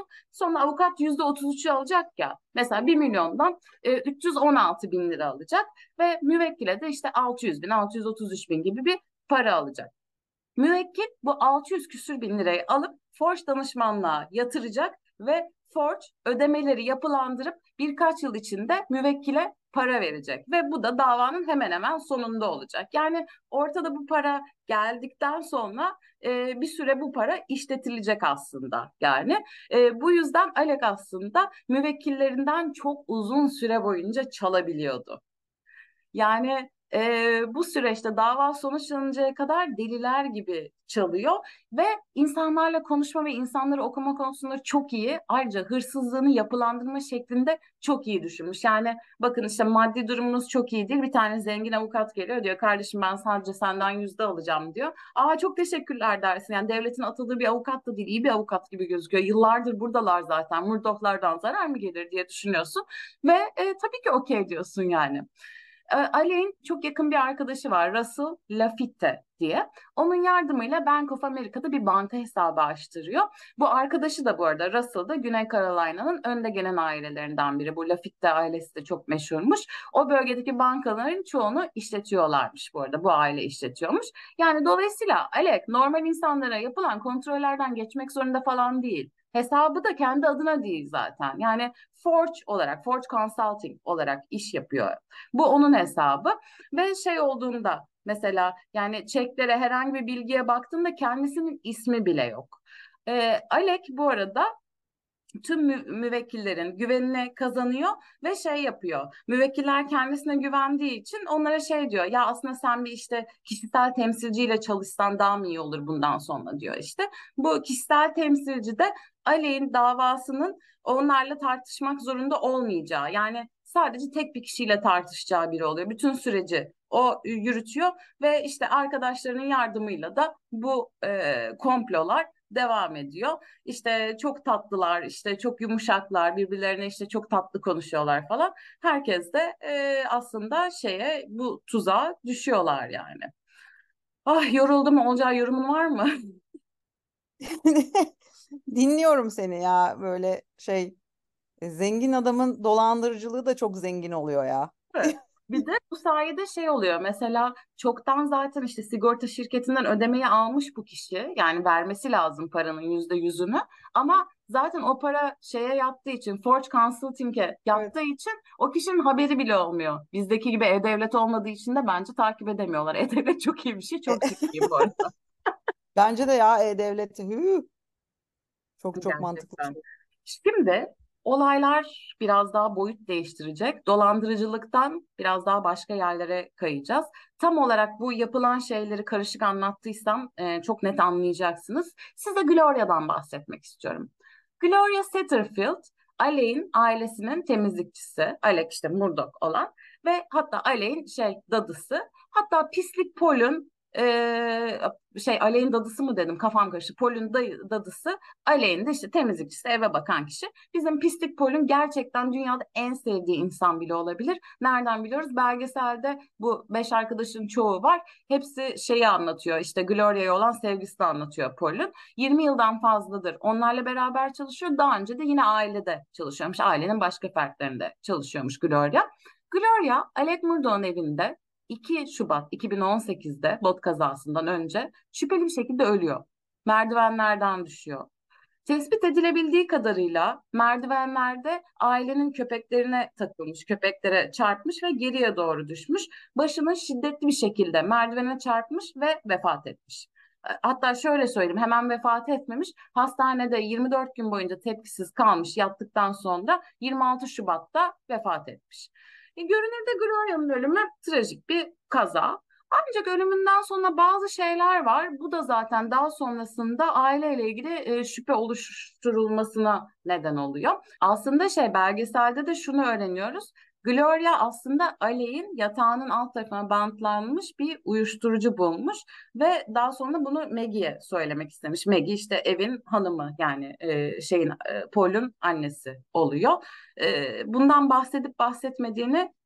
veriyorsun. Sonra avukat yüzde otuz üçü alacak ya. Mesela bir milyondan e, üç yüz on altı bin lira alacak ve müvekkile de işte altı yüz bin, altı yüz otuz üç bin gibi bir para alacak. Müvekkil bu altı yüz küsür bin lirayı alıp Forge danışmanlığa yatıracak ve Forge ödemeleri yapılandırıp birkaç yıl içinde müvekkile para verecek ve bu da davanın hemen hemen sonunda olacak. Yani ortada bu para geldikten sonra e, bir süre bu para işletilecek aslında. Yani e, bu yüzden Alec aslında müvekkillerinden çok uzun süre boyunca çalabiliyordu. Yani e, bu süreçte dava sonuçlanıncaya kadar deliler gibi çalıyor ve insanlarla konuşma ve insanları okuma konusunda çok iyi. Ayrıca hırsızlığını yapılandırma şeklinde çok iyi düşünmüş. Yani bakın işte maddi durumunuz çok iyi değil. Bir tane zengin avukat geliyor diyor kardeşim ben sadece senden yüzde alacağım diyor. Aa çok teşekkürler dersin. Yani devletin atadığı bir avukat da değil, iyi bir avukat gibi gözüküyor. Yıllardır buradalar zaten. Murdochlardan zarar mı gelir diye düşünüyorsun ve e, tabii ki okey diyorsun yani. E, Aleyh'in çok yakın bir arkadaşı var, Russell Lafitte diye. Onun yardımıyla Bank of America'da bir banka hesabı açtırıyor. Bu arkadaşı da bu arada Russell da Güney Carolina'nın önde gelen ailelerinden biri. Bu Lafitte ailesi de çok meşhurmuş. O bölgedeki bankaların çoğunu işletiyorlarmış bu arada. Bu aile işletiyormuş. Yani dolayısıyla Alec normal insanlara yapılan kontrollerden geçmek zorunda falan değil. Hesabı da kendi adına değil zaten. Yani Forge olarak, Forge Consulting olarak iş yapıyor. Bu onun hesabı ve şey olduğunda mesela yani çeklere herhangi bir bilgiye baktığında kendisinin ismi bile yok. Ee, Alec bu arada tüm mü- müvekkillerin güvenini kazanıyor ve şey yapıyor. Müvekkiller kendisine güvendiği için onlara şey diyor. Ya aslında sen bir işte kişisel temsilciyle çalışsan daha mı iyi olur bundan sonra diyor işte. Bu kişisel temsilci de Aleyh'in davasının onlarla tartışmak zorunda olmayacağı yani sadece tek bir kişiyle tartışacağı biri oluyor. Bütün süreci o yürütüyor ve işte arkadaşlarının yardımıyla da bu e, komplolar devam ediyor. İşte çok tatlılar, işte çok yumuşaklar, birbirlerine işte çok tatlı konuşuyorlar falan. Herkes de e, aslında şeye bu tuzağa düşüyorlar yani. Ah yoruldum. Olacağı yorumun var mı? Dinliyorum seni ya, böyle şey, e, zengin adamın dolandırıcılığı da çok zengin oluyor ya. Evet. Bir de bu sayede şey oluyor mesela çoktan zaten işte sigorta şirketinden ödemeyi almış bu kişi yani vermesi lazım paranın yüzde yüzünü ama zaten o para şeye yattığı için Forge Consulting'e Evet. yattığı için o kişinin haberi bile olmuyor. Bizdeki gibi E-Devlet olmadığı için de bence takip edemiyorlar. E-Devlet çok iyi bir şey, çok zekiyim bu arada. Bence de ya, e-devleti hü, çok çok mantıklı bir Gerçekten. şey. Şimdi olaylar biraz daha boyut değiştirecek. Dolandırıcılıktan biraz daha başka yerlere kayacağız. Tam olarak bu yapılan şeyleri karışık anlattıysam e, çok net anlayacaksınız. Size Gloria'dan bahsetmek istiyorum. Gloria Satterfield, Alex'in ailesinin temizlikçisi. Alex işte Murdoch olan ve hatta Alex'in şey dadısı. Hatta Pislik Paul'un e, şey Alex'in dadısı mı dedim kafam karıştı. Paul'un dayı- dadısı Aleyhinde işte temizlikçisi, eve bakan kişi. Bizim Pislik Pol'ün gerçekten dünyada en sevdiği insan bile olabilir. Nereden biliyoruz? Belgeselde bu beş arkadaşın çoğu var. Hepsi şeyi anlatıyor. İşte Gloria'ya olan sevgisini anlatıyor Pol'ün. yirmi yıldan fazladır onlarla beraber çalışıyor. Daha önce de yine ailede çalışıyormuş. Ailenin başka fertlerinde çalışıyormuş Gloria. Gloria, Alec Murdoch'un evinde iki Şubat iki bin on sekizde bot kazasından önce şüpheli bir şekilde ölüyor. Merdivenlerden düşüyor. Tespit edilebildiği kadarıyla merdivenlerde ailenin köpeklerine takılmış, köpeklere çarpmış ve geriye doğru düşmüş. Başını şiddetli bir şekilde merdivene çarpmış ve vefat etmiş. Hatta şöyle söyleyeyim, hemen vefat etmemiş. Hastanede yirmi dört gün boyunca tepkisiz kalmış, yattıktan sonra yirmi altı Şubat'ta vefat etmiş. E, görünürde Gloria'nın ölümü trajik bir kaza. Ancak ölümünden sonra bazı şeyler var. Bu da zaten daha sonrasında aileyle ilgili e, şüphe oluşturulmasına neden oluyor. Aslında şey belgeselde de şunu öğreniyoruz. Gloria aslında Alex'in yatağının alt tarafına bantlanmış bir uyuşturucu bulmuş ve daha sonra bunu Maggie'ye söylemek istemiş. Maggie işte evin hanımı yani e, şeyin e, Paul'un annesi oluyor. E, bundan bahsedip bahsetmediğini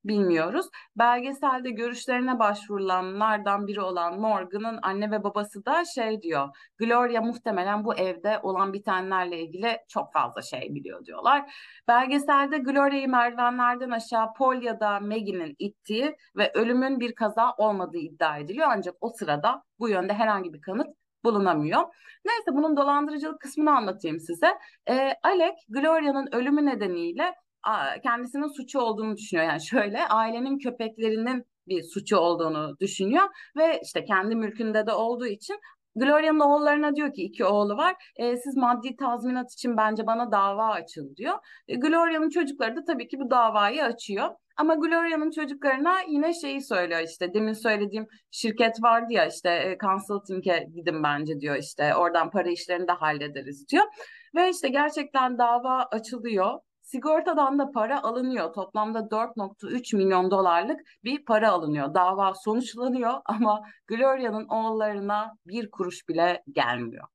bilmiyoruz. Belgeselde görüşlerine başvurulanlardan biri olan Morgan'ın anne ve babası da şey diyor. Gloria muhtemelen bu evde olan bitenlerle ilgili çok fazla şey biliyor diyorlar. Belgeselde Gloria'yı merdivenlerden aşağı Paul ya da Maggie'nin ittiği ve ölümün bir kaza olmadığı iddia ediliyor. Ancak o sırada bu yönde herhangi bir kanıt bulunamıyor. Neyse bunun dolandırıcılık kısmını anlatayım size. Ee, Alec, Gloria'nın ölümü nedeniyle kendisinin suçu olduğunu düşünüyor. Yani şöyle ailenin köpeklerinin bir suçu olduğunu düşünüyor ve işte kendi mülkünde de olduğu için Gloria'nın oğullarına diyor ki iki oğlu var. E, siz maddi tazminat için bence bana dava açın diyor. E, Gloria'nın çocukları da tabii ki bu davayı açıyor. Ama Gloria'nın çocuklarına yine şeyi söylüyor işte demin söylediğim şirket vardı ya işte e, consulting'e gidin bence diyor işte oradan para işlerini de hallederiz diyor. Ve işte gerçekten dava açılıyor. Sigortadan da para alınıyor. Toplamda dört nokta üç milyon dolarlık bir para alınıyor. Dava sonuçlanıyor ama Gloria'nın oğullarına bir kuruş bile gelmiyor.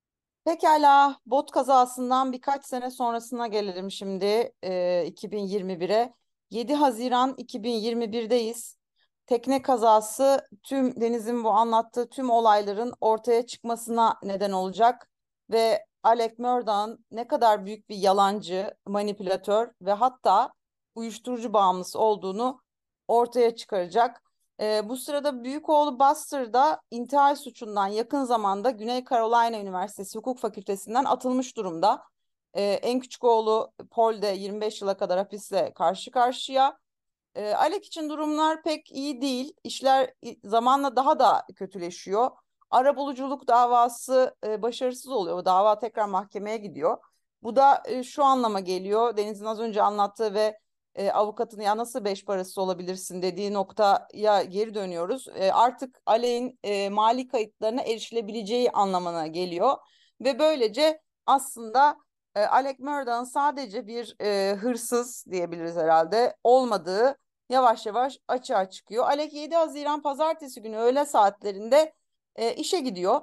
Pekala, bot kazasından birkaç sene sonrasına gelelim şimdi, e, iki bin yirmi bire. yedi Haziran iki bin yirmi birdeyiz. Tekne kazası tüm Deniz'in bu anlattığı tüm olayların ortaya çıkmasına neden olacak ve Alec Murdaugh ne kadar büyük bir yalancı, manipülatör ve hatta uyuşturucu bağımlısı olduğunu ortaya çıkaracak. Ee, bu sırada büyük oğlu Buster da intihar suçundan yakın zamanda Güney Carolina Üniversitesi Hukuk Fakültesinden atılmış durumda. Ee, en küçük oğlu Paul de yirmi beş yıla kadar hapisle karşı karşıya. E, Alek için durumlar pek iyi değil. İşler zamanla daha da kötüleşiyor. Arabuluculuk davası e, başarısız oluyor. O dava tekrar mahkemeye gidiyor. Bu da e, şu anlama geliyor. Deniz'in az önce anlattığı ve e, avukatın ya nasıl beş parası olabilirsin dediği noktaya geri dönüyoruz. E, artık Alek'in e, mali kayıtlarına erişilebileceği anlamına geliyor. Ve böylece aslında e, Alec Murdaugh'ın sadece bir e, hırsız diyebiliriz herhalde olmadığı yavaş yavaş açığa çıkıyor. Alec yedi Haziran Pazartesi günü öğle saatlerinde e, işe gidiyor.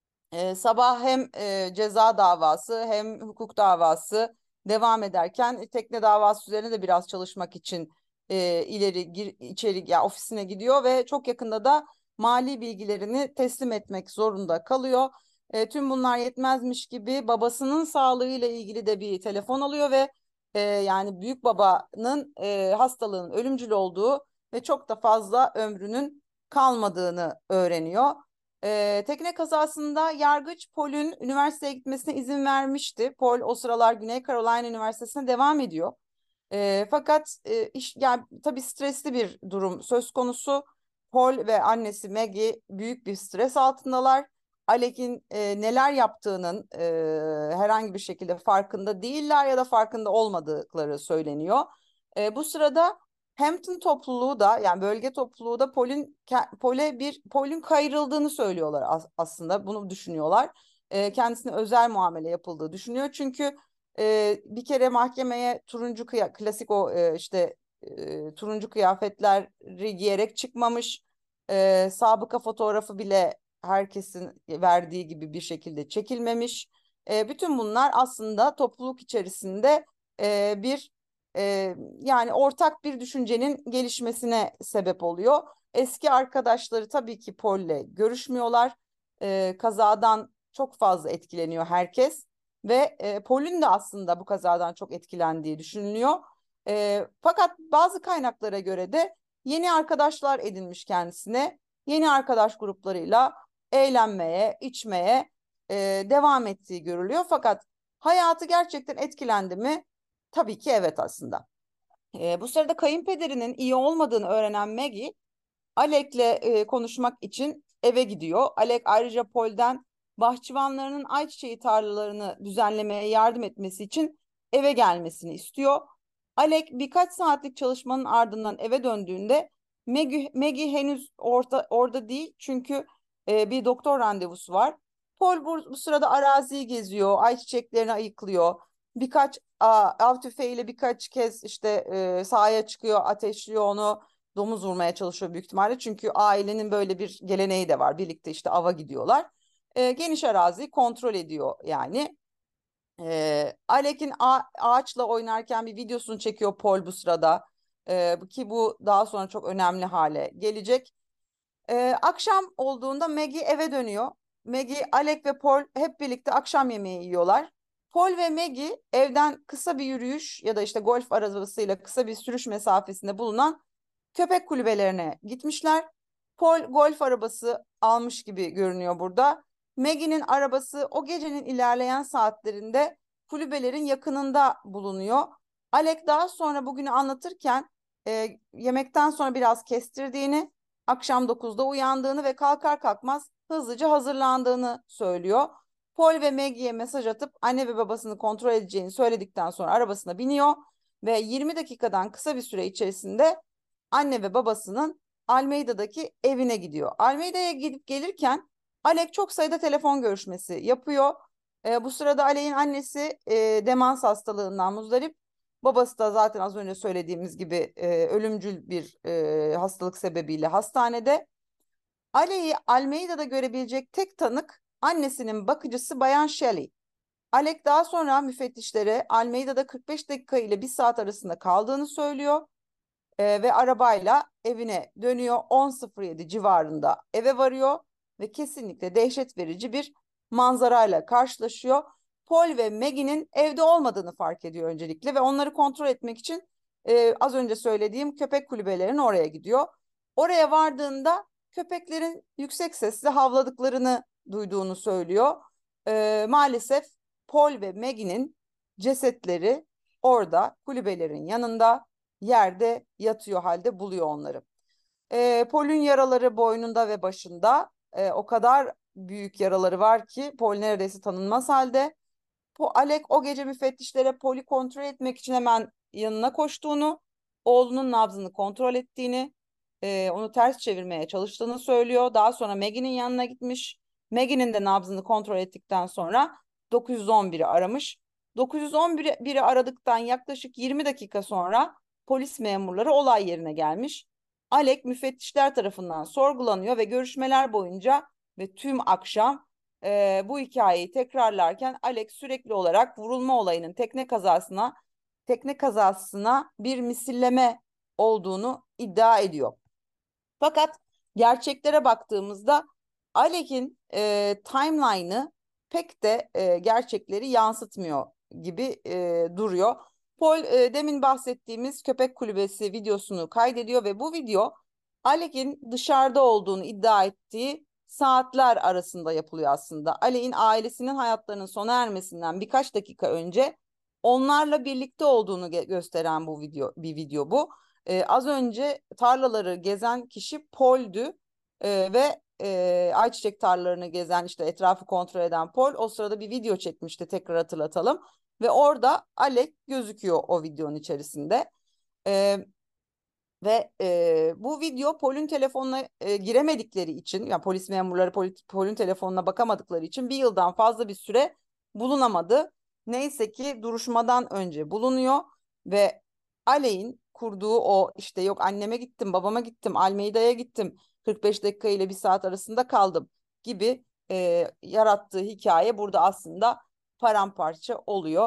E, sabah hem e, ceza davası hem hukuk davası devam ederken tekne davası üzerine de biraz çalışmak için e, ileri gir, içeri ya ofisine gidiyor ve çok yakında da mali bilgilerini teslim etmek zorunda kalıyor. E, tüm bunlar yetmezmiş gibi babasının sağlığıyla ilgili de bir telefon alıyor ve e, yani büyük babanın e, hastalığın ölümcül olduğu ve çok da fazla ömrünün kalmadığını öğreniyor. Ee, tekne kazasında yargıç Paul'ün üniversiteye gitmesine izin vermişti. Paul o sıralar Güney Carolina Üniversitesi'ne devam ediyor. E, fakat e, iş, yani tabii stresli bir durum söz konusu. Paul ve annesi Maggie büyük bir stres altındalar. Alec'in e, neler yaptığının e, herhangi bir şekilde farkında değiller ya da farkında olmadıkları söyleniyor. E, bu sırada Hampton topluluğu da yani bölge topluluğu da Paul'ün Paul'e bir Paul'ün kayırıldığını söylüyorlar as aslında bunu düşünüyorlar. E, kendisine özel muamele yapıldığı düşünüyor çünkü e, bir kere mahkemeye turuncu kıya klasik o e, işte e, turuncu kıyafetleri giyerek çıkmamış. E, sabıka fotoğrafı bile herkesin verdiği gibi bir şekilde çekilmemiş. E, bütün bunlar aslında topluluk içerisinde e, bir e, yani ortak bir düşüncenin gelişmesine sebep oluyor. Eski arkadaşları tabii ki Paul'le görüşmüyorlar. E, kazadan çok fazla etkileniyor herkes ve e, Paul'ün de aslında bu kazadan çok etkilendiği düşünülüyor. E, fakat bazı kaynaklara göre de yeni arkadaşlar edinmiş kendisine. Yeni arkadaş gruplarıyla eğlenmeye, içmeye e, devam ettiği görülüyor. Fakat hayatı gerçekten etkilendi mi? Tabii ki evet aslında. E, bu sırada kayınpederinin iyi olmadığını öğrenen Maggie Alec'le e, konuşmak için eve gidiyor. Alec ayrıca Paul'den bahçıvanlarının ayçiçeği tarlalarını düzenlemeye yardım etmesi için eve gelmesini istiyor. Alec birkaç saatlik çalışmanın ardından eve döndüğünde Maggie, Maggie henüz orta, orada değil çünkü e, bir doktor randevusu var. Paul bu, bu sırada araziyi geziyor, ayçiçeklerini ayıklıyor. Birkaç a, av tüfeğiyle birkaç kez işte e, sahaya çıkıyor, ateşliyor onu domuz vurmaya çalışıyor büyük ihtimalle. Çünkü ailenin böyle bir geleneği de var. Birlikte işte ava gidiyorlar. E, geniş araziyi kontrol ediyor yani. E, Alek'in ağaçla oynarken bir videosunu çekiyor Paul bu sırada. Ee, ki bu daha sonra çok önemli hale gelecek. Ee, akşam olduğunda Maggie eve dönüyor. Maggie, Alec ve Paul hep birlikte akşam yemeği yiyorlar. Paul ve Maggie evden kısa bir yürüyüş ya da işte golf arabasıyla kısa bir sürüş mesafesinde bulunan köpek kulübelerine gitmişler. Paul golf arabası almış gibi görünüyor burada. Maggie'nin arabası o gecenin ilerleyen saatlerinde kulübelerin yakınında bulunuyor. Alec daha sonra bugünü anlatırken e, yemekten sonra biraz kestirdiğini, akşam dokuzda uyandığını ve kalkar kalkmaz hızlıca hazırlandığını söylüyor. Paul ve Maggie'ye mesaj atıp anne ve babasını kontrol edeceğini söyledikten sonra arabasına biniyor ve yirmi dakikadan kısa bir süre içerisinde anne ve babasının Almeida'daki evine gidiyor. Almeida'ya gidip gelirken Alec çok sayıda telefon görüşmesi yapıyor. E, bu sırada Alec'in annesi e, demans hastalığından muzdarip. Babası da zaten az önce söylediğimiz gibi e, ölümcül bir e, hastalık sebebiyle hastanede. Alec'i Almeida'da görebilecek tek tanık annesinin bakıcısı Bayan Shelley. Alec daha sonra müfettişlere Almeida'da kırk beş dakika ile bir saat arasında kaldığını söylüyor. Ee, ve arabayla evine dönüyor. on sıfır yedi civarında eve varıyor ve kesinlikle dehşet verici bir manzarayla karşılaşıyor. Paul ve Maggie'nin evde olmadığını fark ediyor öncelikle ve onları kontrol etmek için e, az önce söylediğim köpek kulübelerinin oraya gidiyor. Oraya vardığında köpeklerin yüksek sesle havladıklarını duyduğunu söylüyor. E, maalesef Paul ve Maggie'nin cesetleri orada kulübelerin yanında yerde yatıyor halde buluyor onları. E, Paul'ün yaraları boynunda ve başında. E, o kadar büyük yaraları var ki Paul neredeyse tanınmaz halde. Po Alec o gece müfettişlere Paul'ü kontrol etmek için hemen yanına koştuğunu, oğlunun nabzını kontrol ettiğini, e, onu ters çevirmeye çalıştığını söylüyor. Daha sonra Maggie'nin yanına gitmiş. Maggie'nin de nabzını kontrol ettikten sonra dokuz yüz on biri aramış. dokuz yüz on biri aradıktan yaklaşık yirmi dakika sonra polis memurları olay yerine gelmiş. Alec müfettişler tarafından sorgulanıyor ve görüşmeler boyunca ve tüm akşam e, bu hikayeyi tekrarlarken Alex sürekli olarak vurulma olayının tekne kazasına tekne kazasına bir misilleme olduğunu iddia ediyor. Fakat gerçeklere baktığımızda Alek'in e, timeline'ı pek de e, gerçekleri yansıtmıyor gibi e, duruyor. Paul e, demin bahsettiğimiz köpek kulübesi videosunu kaydediyor ve bu video Alek'in dışarıda olduğunu iddia ettiği saatler arasında yapılıyor aslında. Alek'in ailesinin hayatlarının sona ermesinden birkaç dakika önce onlarla birlikte olduğunu gösteren bu video bir video bu. Ee, az önce tarlaları gezen kişi Paul'dü Ee, ve e, ayçiçek tarlalarını gezen işte etrafı kontrol eden Paul o sırada bir video çekmişti, tekrar hatırlatalım. Ve orada Alec gözüküyor o videonun içerisinde. Ee, ve e, bu video Paul'ün telefonuna e, giremedikleri için, yani polis memurları Paul- Paul'ün telefonuna bakamadıkları için bir yıldan fazla bir süre bulunamadı. Neyse ki duruşmadan önce bulunuyor ve Aley'in kurduğu o işte yok anneme gittim, babama gittim, Almeida'ya gittim, kırk beş dakika ile bir saat arasında kaldım gibi e, yarattığı hikaye burada aslında paramparça oluyor.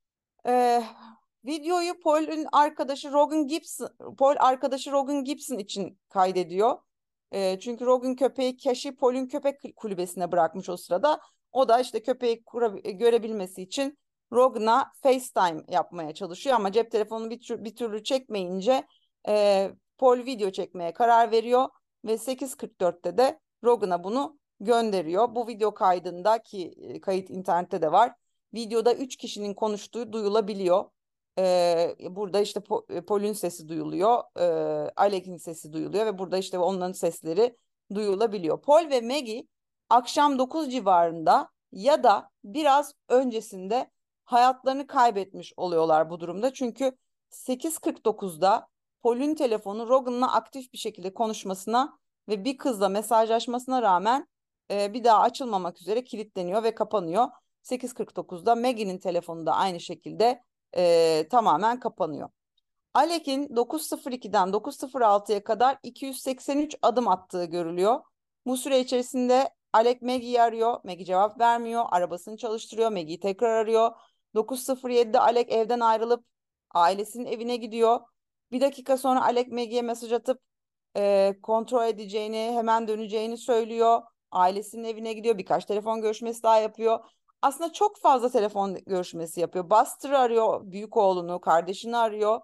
Ee, videoyu Paul'ün arkadaşı Rogan Gibson, Paul arkadaşı Rogan Gibson için kaydediyor. Ee, çünkü Rogan köpeği Cash'i Paul'ün köpek kulübesine bırakmış o sırada. O da işte köpeği kura- görebilmesi için Rogan'a FaceTime yapmaya çalışıyor ama cep telefonunu bir, tür- bir türlü çekmeyince e, Paul video çekmeye karar veriyor ve sekiz kırk dörtte de Rogan'a bunu gönderiyor. Bu video kaydında ki e, kayıt internette de var. Videoda üç kişinin konuştuğu duyulabiliyor. Ee, burada işte Po- Paul'ün sesi duyuluyor. E, Alec'in sesi duyuluyor ve burada işte onların sesleri duyulabiliyor. Paul ve Maggie akşam dokuz civarında ya da biraz öncesinde hayatlarını kaybetmiş oluyorlar bu durumda. Çünkü sekiz kırk dokuzda Paul'ün telefonu Rogan'la aktif bir şekilde konuşmasına ve bir kızla mesajlaşmasına rağmen e, bir daha açılmamak üzere kilitleniyor ve kapanıyor. sekiz kırk dokuzda Maggie'nin telefonu da aynı şekilde e, tamamen kapanıyor. Alec'in dokuz sıfır ikiden dokuz sıfır altıya kadar iki yüz seksen üç adım attığı görülüyor. Bu süre içerisinde Alec Maggie'yi arıyor. Maggie cevap vermiyor. Arabasını çalıştırıyor. Maggie'yi tekrar arıyor. dokuz sıfır yedide Alec evden ayrılıp ailesinin evine gidiyor. Bir dakika sonra Alec Maggie'ye mesaj atıp e, kontrol edeceğini, hemen döneceğini söylüyor. Ailesinin evine gidiyor. Birkaç telefon görüşmesi daha yapıyor. Aslında çok fazla telefon görüşmesi yapıyor. Buster'ı arıyor, büyük oğlunu, kardeşini arıyor.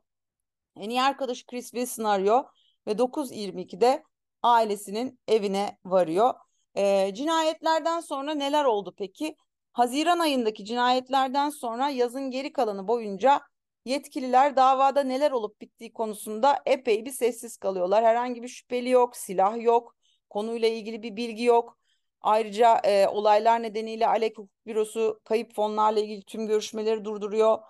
En iyi arkadaşı Chris Wilson arıyor ve dokuz yirmi ikide ailesinin evine varıyor. Ee, cinayetlerden sonra neler oldu peki? Haziran ayındaki cinayetlerden sonra yazın geri kalanı boyunca yetkililer davada neler olup bittiği konusunda epey bir sessiz kalıyorlar. Herhangi bir şüpheli yok, silah yok, konuyla ilgili bir bilgi yok. Ayrıca e, olaylar nedeniyle Alek Hukuk Bürosu kayıp fonlarla ilgili tüm görüşmeleri durduruyor.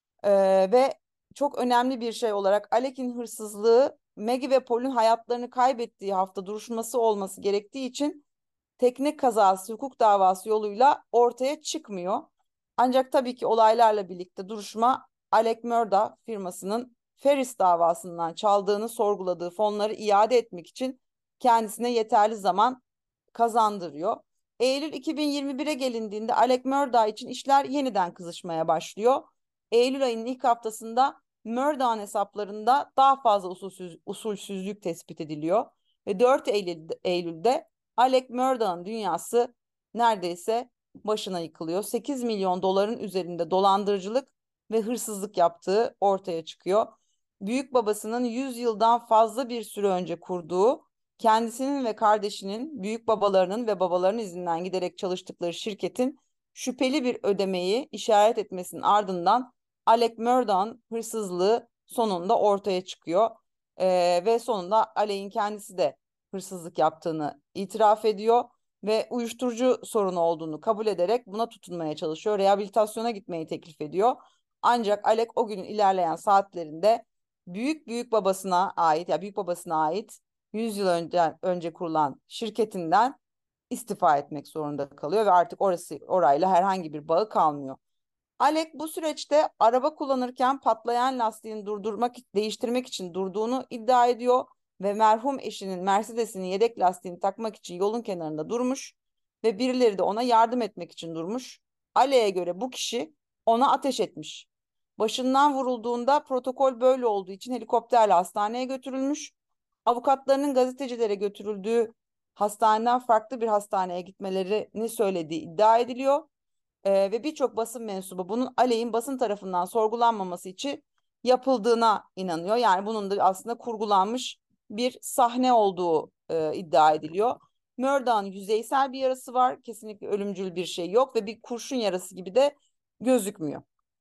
Ee, ve çok önemli bir şey olarak Alek'in hırsızlığı Maggie ve Paul'ün hayatlarını kaybettiği hafta duruşması olması gerektiği için teknik kazası hukuk davası yoluyla ortaya çıkmıyor. Ancak tabii ki olaylarla birlikte duruşma Alec Murdaugh firmasının Ferris davasından çaldığını sorguladığı fonları iade etmek için kendisine yeterli zaman kazandırıyor. Eylül iki bin yirmi bire gelindiğinde Alec Murdaugh için işler yeniden kızışmaya başlıyor. Eylül ayının ilk haftasında Murdaugh'un hesaplarında daha fazla usulsüz, usulsüzlük tespit ediliyor. Ve dört Eylül, Eylül'de Alec Murdaugh'un dünyası neredeyse başına yıkılıyor. sekiz milyon doların üzerinde dolandırıcılık ve hırsızlık yaptığı ortaya çıkıyor. Büyük babasının yüz yıldan fazla bir süre önce kurduğu, kendisinin ve kardeşinin, büyük babalarının ve babalarının izinden giderek çalıştıkları şirketin şüpheli bir ödemeyi işaret etmesinin ardından Alec Murdaugh'un hırsızlığı sonunda ortaya çıkıyor. Ee, ve sonunda Alec'in kendisi de hırsızlık yaptığını itiraf ediyor ve uyuşturucu sorunu olduğunu kabul ederek buna tutunmaya çalışıyor. Rehabilitasyona gitmeyi teklif ediyor. Ancak Alec o günün ilerleyen saatlerinde büyük büyük babasına ait ya büyük babasına ait yüz yıl önce önce kurulan şirketinden istifa etmek zorunda kalıyor ve artık orası orayla herhangi bir bağı kalmıyor. Alec bu süreçte araba kullanırken patlayan lastiğini durdurmak, değiştirmek için durduğunu iddia ediyor ve merhum eşinin Mercedes'inin yedek lastiğini takmak için yolun kenarında durmuş ve birileri de ona yardım etmek için durmuş. Alec'e göre bu kişi ona ateş etmiş. Başından vurulduğunda protokol böyle olduğu için helikopterle hastaneye götürülmüş. Avukatlarının gazetecilere götürüldüğü hastaneden farklı bir hastaneye gitmelerini söylediği iddia ediliyor. Ee, ve birçok basın mensubu bunun Aleyh'in basın tarafından sorgulanmaması için yapıldığına inanıyor. Yani bunun da aslında kurgulanmış bir sahne olduğu e, iddia ediliyor. Murdaugh'un yüzeysel bir yarası var. Kesinlikle ölümcül bir şey yok ve bir kurşun yarası gibi de gözükmüyor.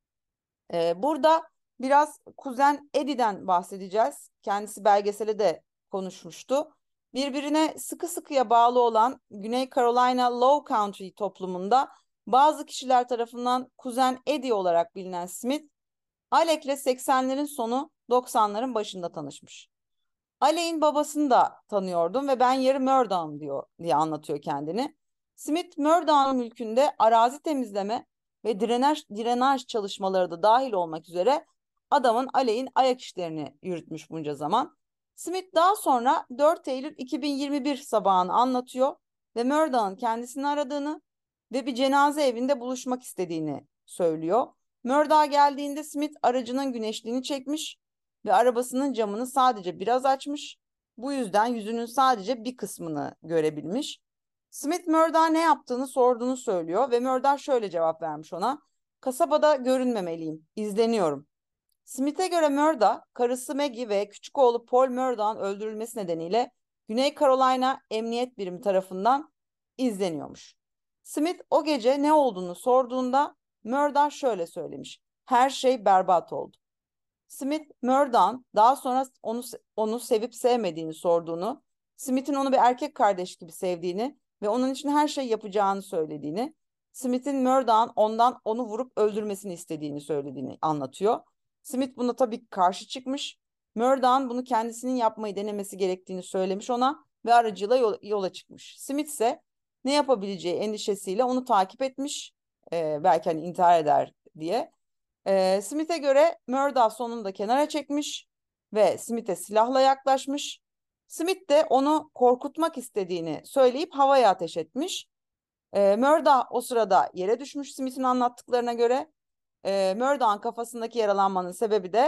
Ee, burada biraz kuzen Eddie'den bahsedeceğiz. Kendisi belgesele de konuşmuştu. Birbirine sıkı sıkıya bağlı olan Güney Carolina Low Country toplumunda bazı kişiler tarafından kuzen Eddie olarak bilinen Smith, Alec'le seksenlerin sonu doksanların başında tanışmış. Aley'in babasını da tanıyordum ve ben yarı Murdaugh'um diyor diye anlatıyor kendini. Smith Murdaugh'un mülkünde arazi temizleme ve drenaj, drenaj çalışmaları da dahil olmak üzere adamın Aley'in ayak işlerini yürütmüş bunca zaman. Smith daha sonra dört Eylül iki bin yirmi bir sabahını anlatıyor ve Murdaugh'un kendisini aradığını ve bir cenaze evinde buluşmak istediğini söylüyor. Murdaugh geldiğinde Smith aracının güneşliğini çekmiş ve arabasının camını sadece biraz açmış. Bu yüzden yüzünün sadece bir kısmını görebilmiş. Smith Murdaugh ne yaptığını sorduğunu söylüyor ve Murdaugh şöyle cevap vermiş ona. Kasabada görünmemeliyim, izleniyorum. Smith'e göre Murdaugh, karısı Maggie ve küçük oğlu Paul Murdaugh'un öldürülmesi nedeniyle Güney Carolina Emniyet Birimi tarafından izleniyormuş. Smith o gece ne olduğunu sorduğunda Murdaugh şöyle söylemiş. Her şey berbat oldu. Smith, Murdaugh'un daha sonra onu onu sevip sevmediğini sorduğunu, Smith'in onu bir erkek kardeş gibi sevdiğini ve onun için her şey yapacağını söylediğini, Smith'in Murdaugh'un ondan onu vurup öldürmesini istediğini söylediğini anlatıyor. Smith buna tabii karşı çıkmış. Murdaugh'un bunu kendisinin yapmayı denemesi gerektiğini söylemiş ona ve aracıyla yola, yola çıkmış. Smith ise ne yapabileceği endişesiyle onu takip etmiş. Ee, belki hani intihar eder diye. Ee, Smith'e göre Murdaugh sonunda kenara çekmiş ve Smith'e silahla yaklaşmış. Smith de onu korkutmak istediğini söyleyip havaya ateş etmiş. Ee, Murdaugh o sırada yere düşmüş Smith'in anlattıklarına göre. Ee, Murdaugh'un kafasındaki yaralanmanın sebebi de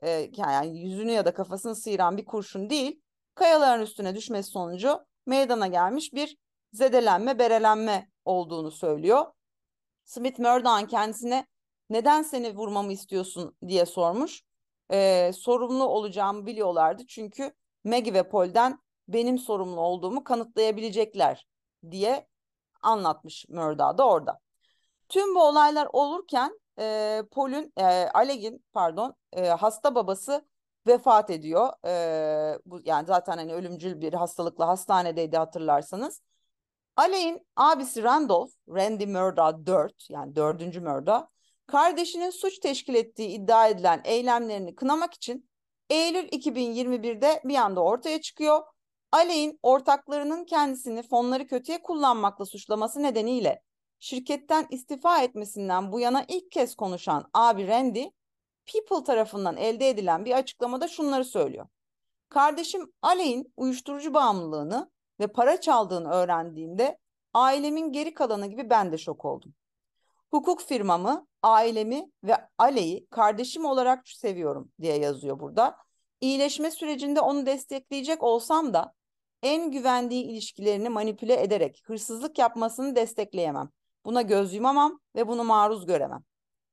e, yani yüzünü ya da kafasını sıyıran bir kurşun değil, kayaların üstüne düşmesi sonucu meydana gelmiş bir zedelenme, berelenme olduğunu söylüyor. Smith Murdoch'un kendisine neden seni vurmamı istiyorsun diye sormuş. Ee, sorumlu olacağımı biliyorlardı çünkü Maggie ve Paul'den benim sorumlu olduğumu kanıtlayabilecekler diye anlatmış Murdoch da orada. Tüm bu olaylar olurken e, Paul'ün, e, Alec'in pardon e, hasta babası vefat ediyor. E, bu yani zaten hani ölümcül bir hastalıkla hastanedeydi hatırlarsanız. Aley'in abisi Randolph, Randy Murdoch dört yani dördüncü Murdoch, kardeşinin suç teşkil ettiği iddia edilen eylemlerini kınamak için Eylül iki bin yirmi birde bir anda ortaya çıkıyor. Aley'in ortaklarının kendisini fonları kötüye kullanmakla suçlaması nedeniyle şirketten istifa etmesinden bu yana ilk kez konuşan abi Randy, People tarafından elde edilen bir açıklamada şunları söylüyor. Kardeşim Aley'in uyuşturucu bağımlılığını ve para çaldığını öğrendiğimde ailemin geri kalanı gibi ben de şok oldum. Hukuk firmamı, ailemi ve Aley'i kardeşim olarak seviyorum diye yazıyor burada. İyileşme sürecinde onu destekleyecek olsam da en güvendiği ilişkilerini manipüle ederek hırsızlık yapmasını destekleyemem. Buna göz yumamam ve bunu maruz göremem.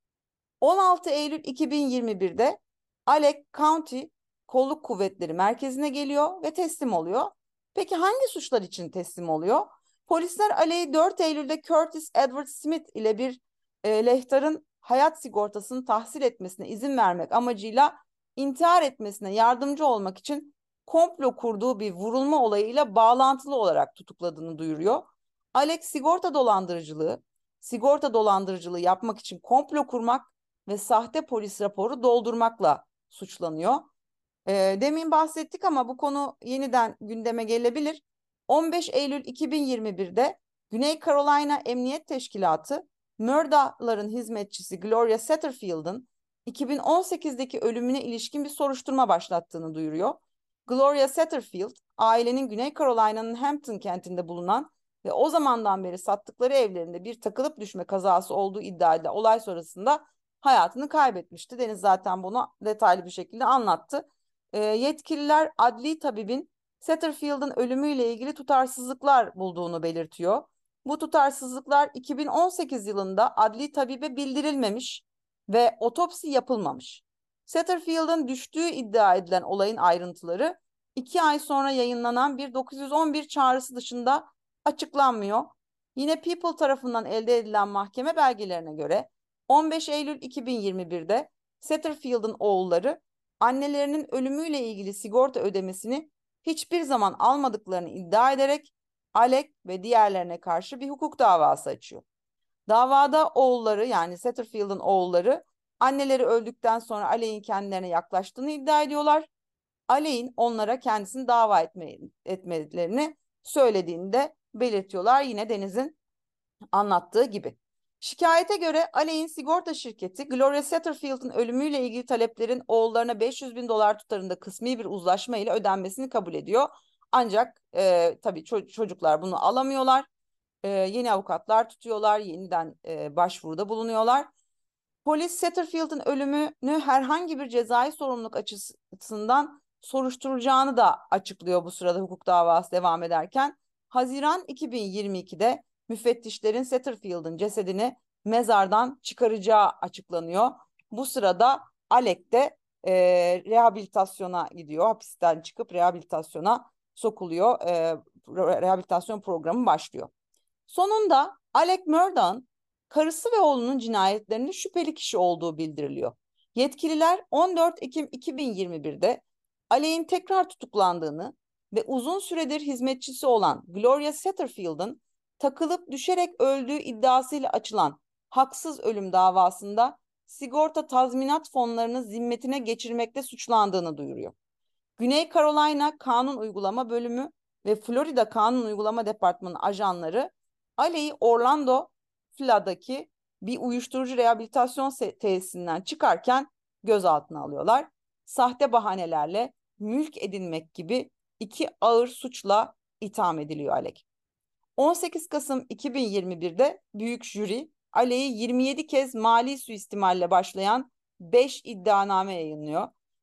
on altı Eylül iki bin yirmi birde Alec County Kolluk Kuvvetleri Merkezi'ne geliyor ve teslim oluyor. Peki hangi suçlar için teslim oluyor? Polisler Alec'i dört Eylül'de Curtis Edward Smith ile bir e, lehtarın hayat sigortasını tahsil etmesine izin vermek amacıyla intihar etmesine yardımcı olmak için komplo kurduğu bir vurulma olayıyla bağlantılı olarak tutukladığını duyuruyor. Alec sigorta dolandırıcılığı, sigorta dolandırıcılığı yapmak için komplo kurmak ve sahte polis raporu doldurmakla suçlanıyor. E, demin bahsettik ama bu konu yeniden gündeme gelebilir. on beş Eylül iki bin yirmi birde Güney Carolina Emniyet Teşkilatı, Murdoch'ların hizmetçisi Gloria Satterfield'ın iki bin on sekizdeki ölümüne ilişkin bir soruşturma başlattığını duyuruyor. Gloria Satterfield, ailenin Güney Carolina'nın Hampton kentinde bulunan ve o zamandan beri sattıkları evlerinde bir takılıp düşme kazası olduğu iddia edilen olay sonrasında hayatını kaybetmişti. Deniz zaten bunu detaylı bir şekilde anlattı. E, yetkililer adli tabibin Satterfield'ın ölümüyle ilgili tutarsızlıklar bulduğunu belirtiyor. Bu tutarsızlıklar iki bin on sekiz yılında adli tabibe bildirilmemiş ve otopsi yapılmamış. Satterfield'ın düştüğü iddia edilen olayın ayrıntıları iki ay sonra yayınlanan bir dokuz yüz on bir çağrısı dışında açıklanmıyor. Yine People tarafından elde edilen mahkeme belgelerine göre on beş Eylül iki bin yirmi birde Satterfield'ın oğulları annelerinin ölümüyle ilgili sigorta ödemesini hiçbir zaman almadıklarını iddia ederek Alec ve diğerlerine karşı bir hukuk davası açıyor. Davada oğulları yani Satterfield'ın oğulları anneleri öldükten sonra Alec'in kendilerine yaklaştığını iddia ediyorlar. Alec'in onlara kendisini dava etme, etmelerini söylediğini de belirtiyorlar. Yine Deniz'in anlattığı gibi. Şikayete göre Alec'in sigorta şirketi Gloria Satterfield'ın ölümüyle ilgili taleplerin oğullarına beş yüz bin dolar tutarında kısmi bir uzlaşma ile ödenmesini kabul ediyor. Ancak e, tabii ço- çocuklar bunu alamıyorlar. E, yeni avukatlar tutuyorlar, yeniden e, başvuruda bulunuyorlar. Polis Satterfield'ın ölümünü herhangi bir cezai sorumluluk açısından soruşturacağını da açıklıyor bu sırada hukuk davası devam ederken. Haziran iki bin yirmi ikide müfettişlerin Satterfield'ın cesedini mezardan çıkaracağı açıklanıyor. Bu sırada Alec de e, rehabilitasyona gidiyor. Hapisten çıkıp rehabilitasyona sokuluyor. E, rehabilitasyon programı başlıyor. Sonunda Alec Murdoch'un karısı ve oğlunun cinayetlerinde şüpheli kişi olduğu bildiriliyor. Yetkililer on dört Ekim iki bin yirmi birde Alec'in tekrar tutuklandığını ve uzun süredir hizmetçisi olan Gloria Satterfield'ın takılıp düşerek öldüğü iddiasıyla açılan haksız ölüm davasında sigorta tazminat fonlarını zimmetine geçirmekte suçlandığını duyuruyor. Güney Carolina Kanun Uygulama Bölümü ve Florida Kanun Uygulama Departmanı ajanları Alec'i Orlando, Florida'daki bir uyuşturucu rehabilitasyon tesisinden çıkarken gözaltına alıyorlar. Sahte bahanelerle mülk edinmek gibi iki ağır suçla itham ediliyor Alec. on sekiz Kasım iki bin yirmi birde büyük jüri Alec'i yirmi yedi kez mali suistimalle başlayan beş iddianame yayınlıyor.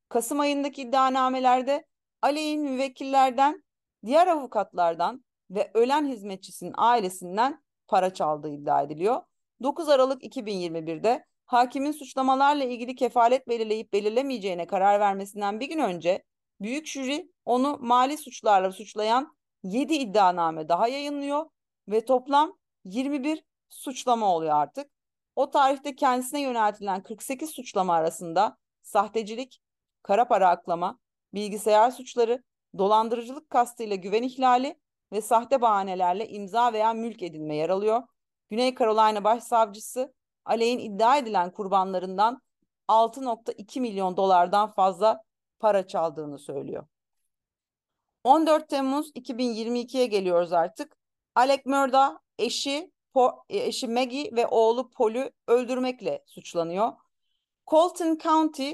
Kasım ayındaki iddianamelerde Aleyh'in müvekkillerden, diğer avukatlardan ve ölen hizmetçisinin ailesinden para çaldığı iddia ediliyor. dokuz Aralık iki bin yirmi birde hakimin suçlamalarla ilgili kefalet belirleyip belirlemeyeceğine karar vermesinden bir gün önce büyük jüri onu mali suçlarla suçlayan yedi iddianame daha yayınlıyor ve toplam yirmi bir suçlama oluyor artık. O tarihte kendisine yöneltilen kırk sekiz suçlama arasında sahtecilik, kara para aklama, bilgisayar suçları, dolandırıcılık kastıyla güven ihlali ve sahte bahanelerle imza veya mülk edinme yer alıyor. Güney Carolina Başsavcısı Aleyh'in iddia edilen kurbanlarından altı nokta iki milyon dolardan fazla para çaldığını söylüyor. on dört Temmuz iki bin yirmi ikiye geliyoruz artık. Alec Murdaugh eşi, eşi Maggie ve oğlu Paul'ü öldürmekle suçlanıyor. Colton County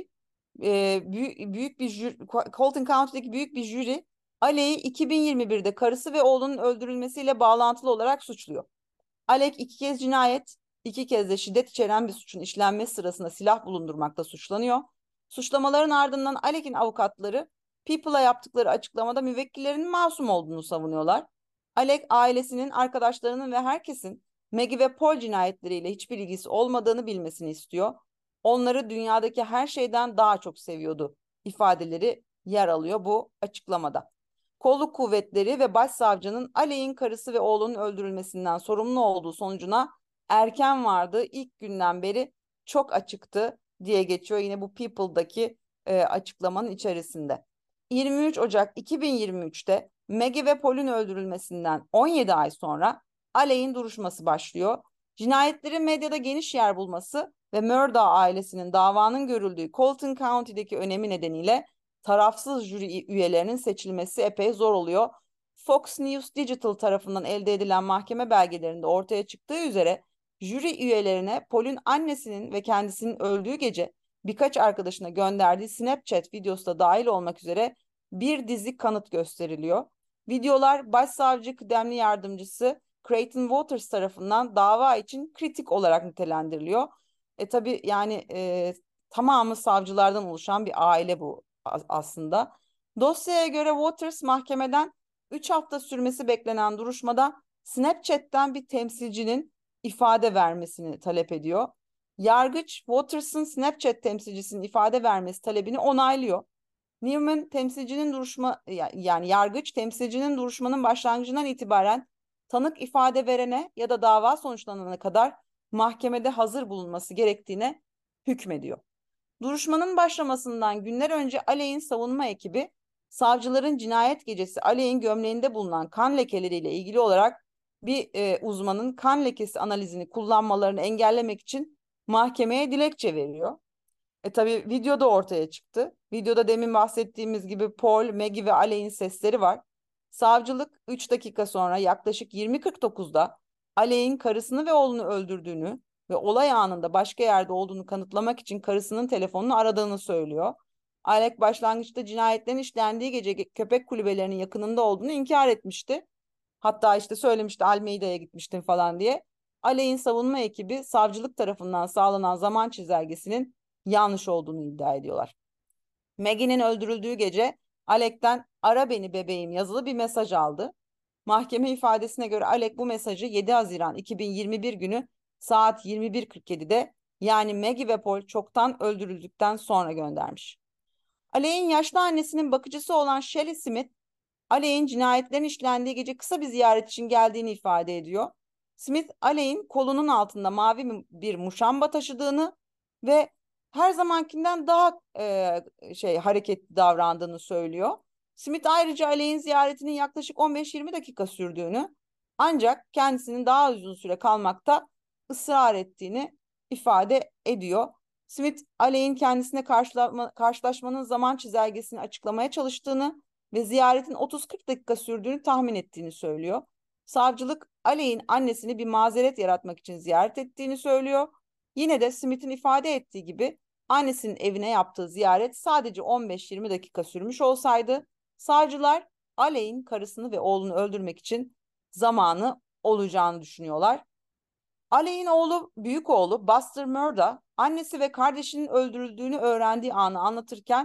e, büyük, büyük bir jüri, Colton County'deki büyük bir jüri Aley'i iki bin yirmi birde karısı ve oğlunun öldürülmesiyle bağlantılı olarak suçluyor. Alec iki kez cinayet, iki kez de şiddet içeren bir suçun işlenmesi sırasında silah bulundurmakta suçlanıyor. Suçlamaların ardından Alec'in avukatları People'a yaptıkları açıklamada müvekkillerinin masum olduğunu savunuyorlar. Alec ailesinin, arkadaşlarının ve herkesin Maggie ve Paul cinayetleriyle hiçbir ilgisi olmadığını bilmesini istiyor. Onları dünyadaki her şeyden daha çok seviyordu ifadeleri yer alıyor bu açıklamada. Kolluk kuvvetleri ve başsavcının Aleyh'in karısı ve oğlunun öldürülmesinden sorumlu olduğu sonucuna erken vardı. İlk günden beri çok açıktı diye geçiyor yine bu People'daki e, açıklamanın içerisinde. yirmi üç Ocak iki bin yirmi üçte Maggie ve Paul'ün öldürülmesinden on yedi ay sonra Aleyh'in duruşması başlıyor. Cinayetlerin medyada geniş yer bulması ve Murdaugh ailesinin davanın görüldüğü Colton County'deki önemi nedeniyle tarafsız jüri üyelerinin seçilmesi epey zor oluyor. Fox News Digital tarafından elde edilen mahkeme belgelerinde ortaya çıktığı üzere jüri üyelerine Paul'ün annesinin ve kendisinin öldüğü gece birkaç arkadaşına gönderdiği Snapchat videosu da dahil olmak üzere bir dizi kanıt gösteriliyor. Videolar başsavcı kıdemli yardımcısı Creighton Waters tarafından dava için kritik olarak nitelendiriliyor. E tabii yani e, tamamı savcılardan oluşan bir aile bu aslında. Dosyaya göre Waters mahkemeden üç hafta sürmesi beklenen duruşmada Snapchat'ten bir temsilcinin ifade vermesini talep ediyor. Yargıç Waters'ın Snapchat temsilcisinin ifade vermesi talebini onaylıyor. Newman temsilcinin duruşma yani yargıç temsilcinin duruşmanın başlangıcından itibaren tanık ifade verene ya da dava sonuçlanana kadar mahkemede hazır bulunması gerektiğine hükmediyor. Duruşmanın başlamasından günler önce Aleyh'in savunma ekibi, savcıların cinayet gecesi Aleyh'in gömleğinde bulunan kan lekeleriyle ilgili olarak bir e, uzmanın kan lekesi analizini kullanmalarını engellemek için mahkemeye dilekçe veriyor. E tabii video da ortaya çıktı. Videoda demin bahsettiğimiz gibi Paul, Maggie ve Aleyh'in sesleri var. Savcılık üç dakika sonra yaklaşık yirmi kırk dokuzda Aleyh'in karısını ve oğlunu öldürdüğünü ve olay anında başka yerde olduğunu kanıtlamak için karısının telefonunu aradığını söylüyor. Alec başlangıçta cinayetlerin işlendiği gece köpek kulübelerinin yakınında olduğunu inkar etmişti. Hatta işte söylemişti Almeida'ya gitmiştim falan diye. Aleyh'in savunma ekibi savcılık tarafından sağlanan zaman çizelgesinin yanlış olduğunu iddia ediyorlar. Maggie'nin öldürüldüğü gece Alec'ten "Ara beni bebeğim" yazılı bir mesaj aldı. Mahkeme ifadesine göre Alec bu mesajı yedi Haziran iki bin yirmi bir günü saat yirmi bir kırk yedide yani Maggie ve Paul çoktan öldürüldükten sonra göndermiş. Alec'in yaşlı annesinin bakıcısı olan Shelley Smith, Aleyh'in cinayetlerin işlendiği gece kısa bir ziyaret için geldiğini ifade ediyor. Smith, Aleyh'in kolunun altında mavi bir muşamba taşıdığını ve her zamankinden daha e, şey hareketli davrandığını söylüyor. Smith ayrıca Aleyh'in ziyaretinin yaklaşık on beş yirmi dakika sürdüğünü, ancak kendisinin daha uzun süre kalmakta ısrar ettiğini ifade ediyor. Smith, Aleyh'in kendisine karşılaşma, karşılaşmanın zaman çizelgesini açıklamaya çalıştığını ve ziyaretin otuz kırk dakika sürdüğünü tahmin ettiğini söylüyor. Savcılık Aleyh'in annesini bir mazeret yaratmak için ziyaret ettiğini söylüyor. Yine de Smith'in ifade ettiği gibi annesinin evine yaptığı ziyaret sadece on beş yirmi dakika sürmüş olsaydı savcılar Aleyh'in karısını ve oğlunu öldürmek için zamanı olacağını düşünüyorlar. Aleyh'in oğlu, büyük oğlu Buster Murdaugh, annesi ve kardeşinin öldürüldüğünü öğrendiği anı anlatırken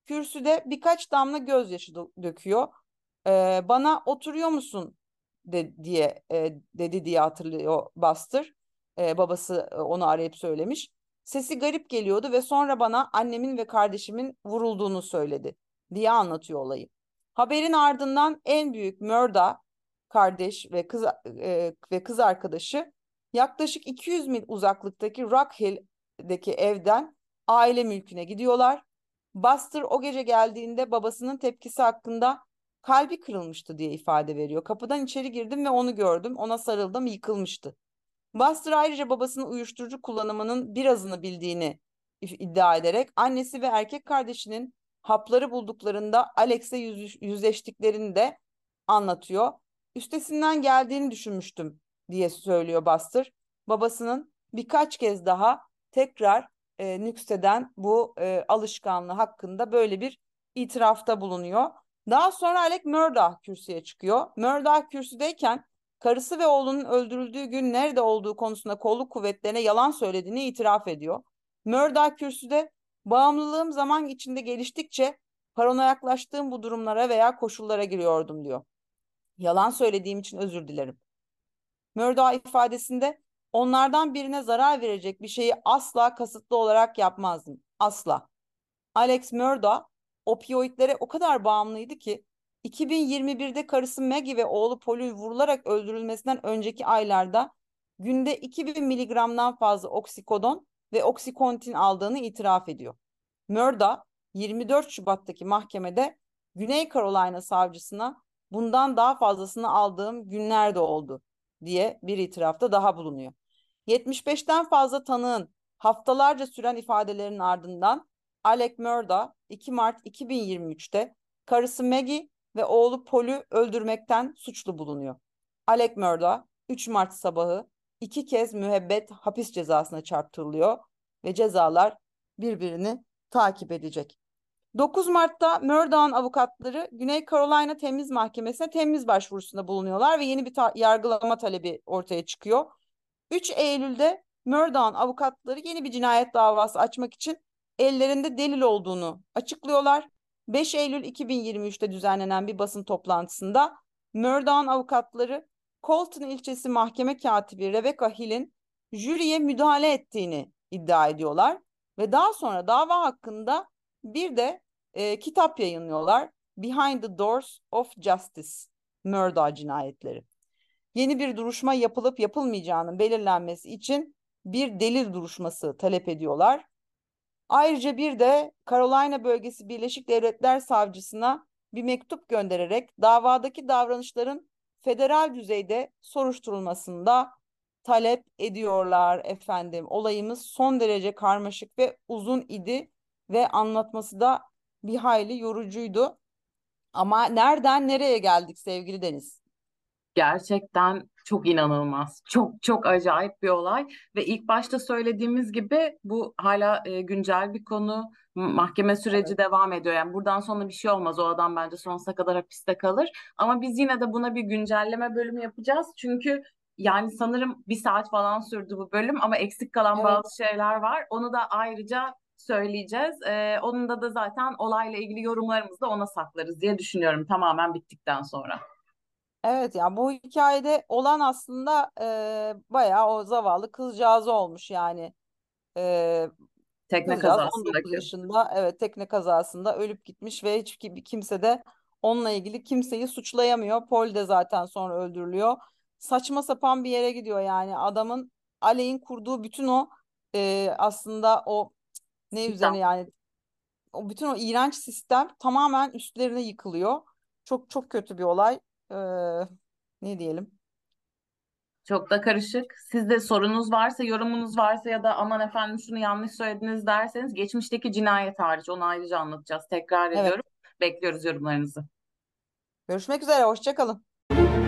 Kürsüde birkaç damla gözyaşı dö- döküyor. Ee, bana oturuyor musun de, diye e, dedi diye hatırlıyor Buster. Ee, babası e, onu arayıp söylemiş. Sesi garip geliyordu ve sonra bana annemin ve kardeşimin vurulduğunu söyledi diye anlatıyor olayı. Haberin ardından en büyük Murda kardeş ve kız e, ve kız arkadaşı yaklaşık iki yüz mil uzaklıktaki Rock Hill'deki evden aile mülküne gidiyorlar. Buster o gece geldiğinde babasının tepkisi hakkında kalbi kırılmıştı diye ifade veriyor. Kapıdan içeri girdim ve onu gördüm. Ona sarıldım, yıkılmıştı. Buster ayrıca babasının uyuşturucu kullanımının birazını bildiğini iddia ederek annesi ve erkek kardeşinin hapları bulduklarında Alex'le yüz, yüzleştiklerini de anlatıyor. Üstesinden geldiğini düşünmüştüm diye söylüyor Buster. Babasının birkaç kez daha tekrar e, nükseden bu e, alışkanlığı hakkında böyle bir itirafta bulunuyor. Daha sonra Alec Murdaugh kürsüye çıkıyor. Murdaugh kürsüdeyken karısı ve oğlunun öldürüldüğü gün nerede olduğu konusunda kolluk kuvvetlerine yalan söylediğini itiraf ediyor. Murdaugh kürsüde bağımlılığım zaman içinde geliştikçe paranoyaklaştığım bu durumlara veya koşullara giriyordum diyor. Yalan söylediğim için özür dilerim. Murdaugh ifadesinde onlardan birine zarar verecek bir şeyi asla kasıtlı olarak yapmazdım. Asla. Alex Murdaugh opioidlere o kadar bağımlıydı ki iki bin yirmi birde karısı Maggie ve oğlu Paul'ün vurularak öldürülmesinden önceki aylarda günde iki bin miligramdan fazla oksikodon ve oksikontin aldığını itiraf ediyor. Murdaugh yirmi dört Şubat'taki mahkemede Güney Carolina savcısına bundan daha fazlasını aldığım günler de oldu diye bir itirafta daha bulunuyor. yetmiş beşten fazla tanığın haftalarca süren ifadelerinin ardından Alec Murdaugh iki Mart iki bin yirmi üçte karısı Maggie ve oğlu Paul'ü öldürmekten suçlu bulunuyor. Alec Murdaugh üç Mart sabahı iki kez müebbet hapis cezasına çarptırılıyor ve cezalar birbirini takip edecek. dokuz Mart'ta Murdaugh'un avukatları Güney Carolina Temiz Mahkemesi'ne temiz başvurusunda bulunuyorlar ve yeni bir ta- yargılama talebi ortaya çıkıyor. üç Eylül'de Murdaugh'un avukatları yeni bir cinayet davası açmak için ellerinde delil olduğunu açıklıyorlar. beş Eylül iki bin yirmi üçte düzenlenen bir basın toplantısında Murdaugh'un avukatları Colton ilçesi mahkeme katibi Rebecca Hill'in jüriye müdahale ettiğini iddia ediyorlar ve daha sonra dava hakkında bir de e, kitap yayınlıyorlar. Behind the Doors of Justice, Murdaugh cinayetleri. Yeni bir duruşma yapılıp yapılmayacağının belirlenmesi için bir delil duruşması talep ediyorlar. Ayrıca bir de Carolina Bölgesi Birleşik Devletler Savcısına bir mektup göndererek davadaki davranışların federal düzeyde soruşturulmasını da talep ediyorlar efendim. Olayımız son derece karmaşık ve uzun idi ve anlatması da bir hayli yorucuydu. Ama nereden nereye geldik sevgili Deniz? Gerçekten çok inanılmaz. Çok çok acayip bir olay ve ilk başta söylediğimiz gibi bu hala e, güncel bir konu. M- Mahkeme süreci Evet. devam ediyor. Yani buradan sonra bir şey olmaz. O adam bence sonsuza kadar hapiste kalır. Ama biz yine de buna bir güncelleme bölümü yapacağız. Çünkü yani sanırım bir saat falan sürdü bu bölüm ama eksik kalan Evet. bazı şeyler var. Onu da ayrıca söyleyeceğiz. E, onun da da zaten olayla ilgili yorumlarımızı da ona saklarız diye düşünüyorum tamamen bittikten sonra. Evet ya bu hikayede olan aslında e, bayağı o zavallı kızcağız olmuş yani. E, Tekne Kızcağız on dokuz kazasındaki. yaşında evet tekne kazasında ölüp gitmiş ve hiç ki- kimse de onunla ilgili kimseyi suçlayamıyor. Paul de zaten sonra öldürülüyor. Saçma sapan bir yere gidiyor yani adamın aleyhin kurduğu bütün o e, aslında o ne üzerine yani o bütün o iğrenç sistem tamamen üstlerine yıkılıyor. Çok çok kötü bir olay. Ee, ne diyelim? Çok da karışık. Sizde sorunuz varsa, yorumunuz varsa ya da aman efendim şunu yanlış söylediniz derseniz geçmişteki cinayet hariç onu ayrıca anlatacağız. Tekrar Evet. ediyorum. Bekliyoruz yorumlarınızı. Görüşmek üzere. Hoşça kalın.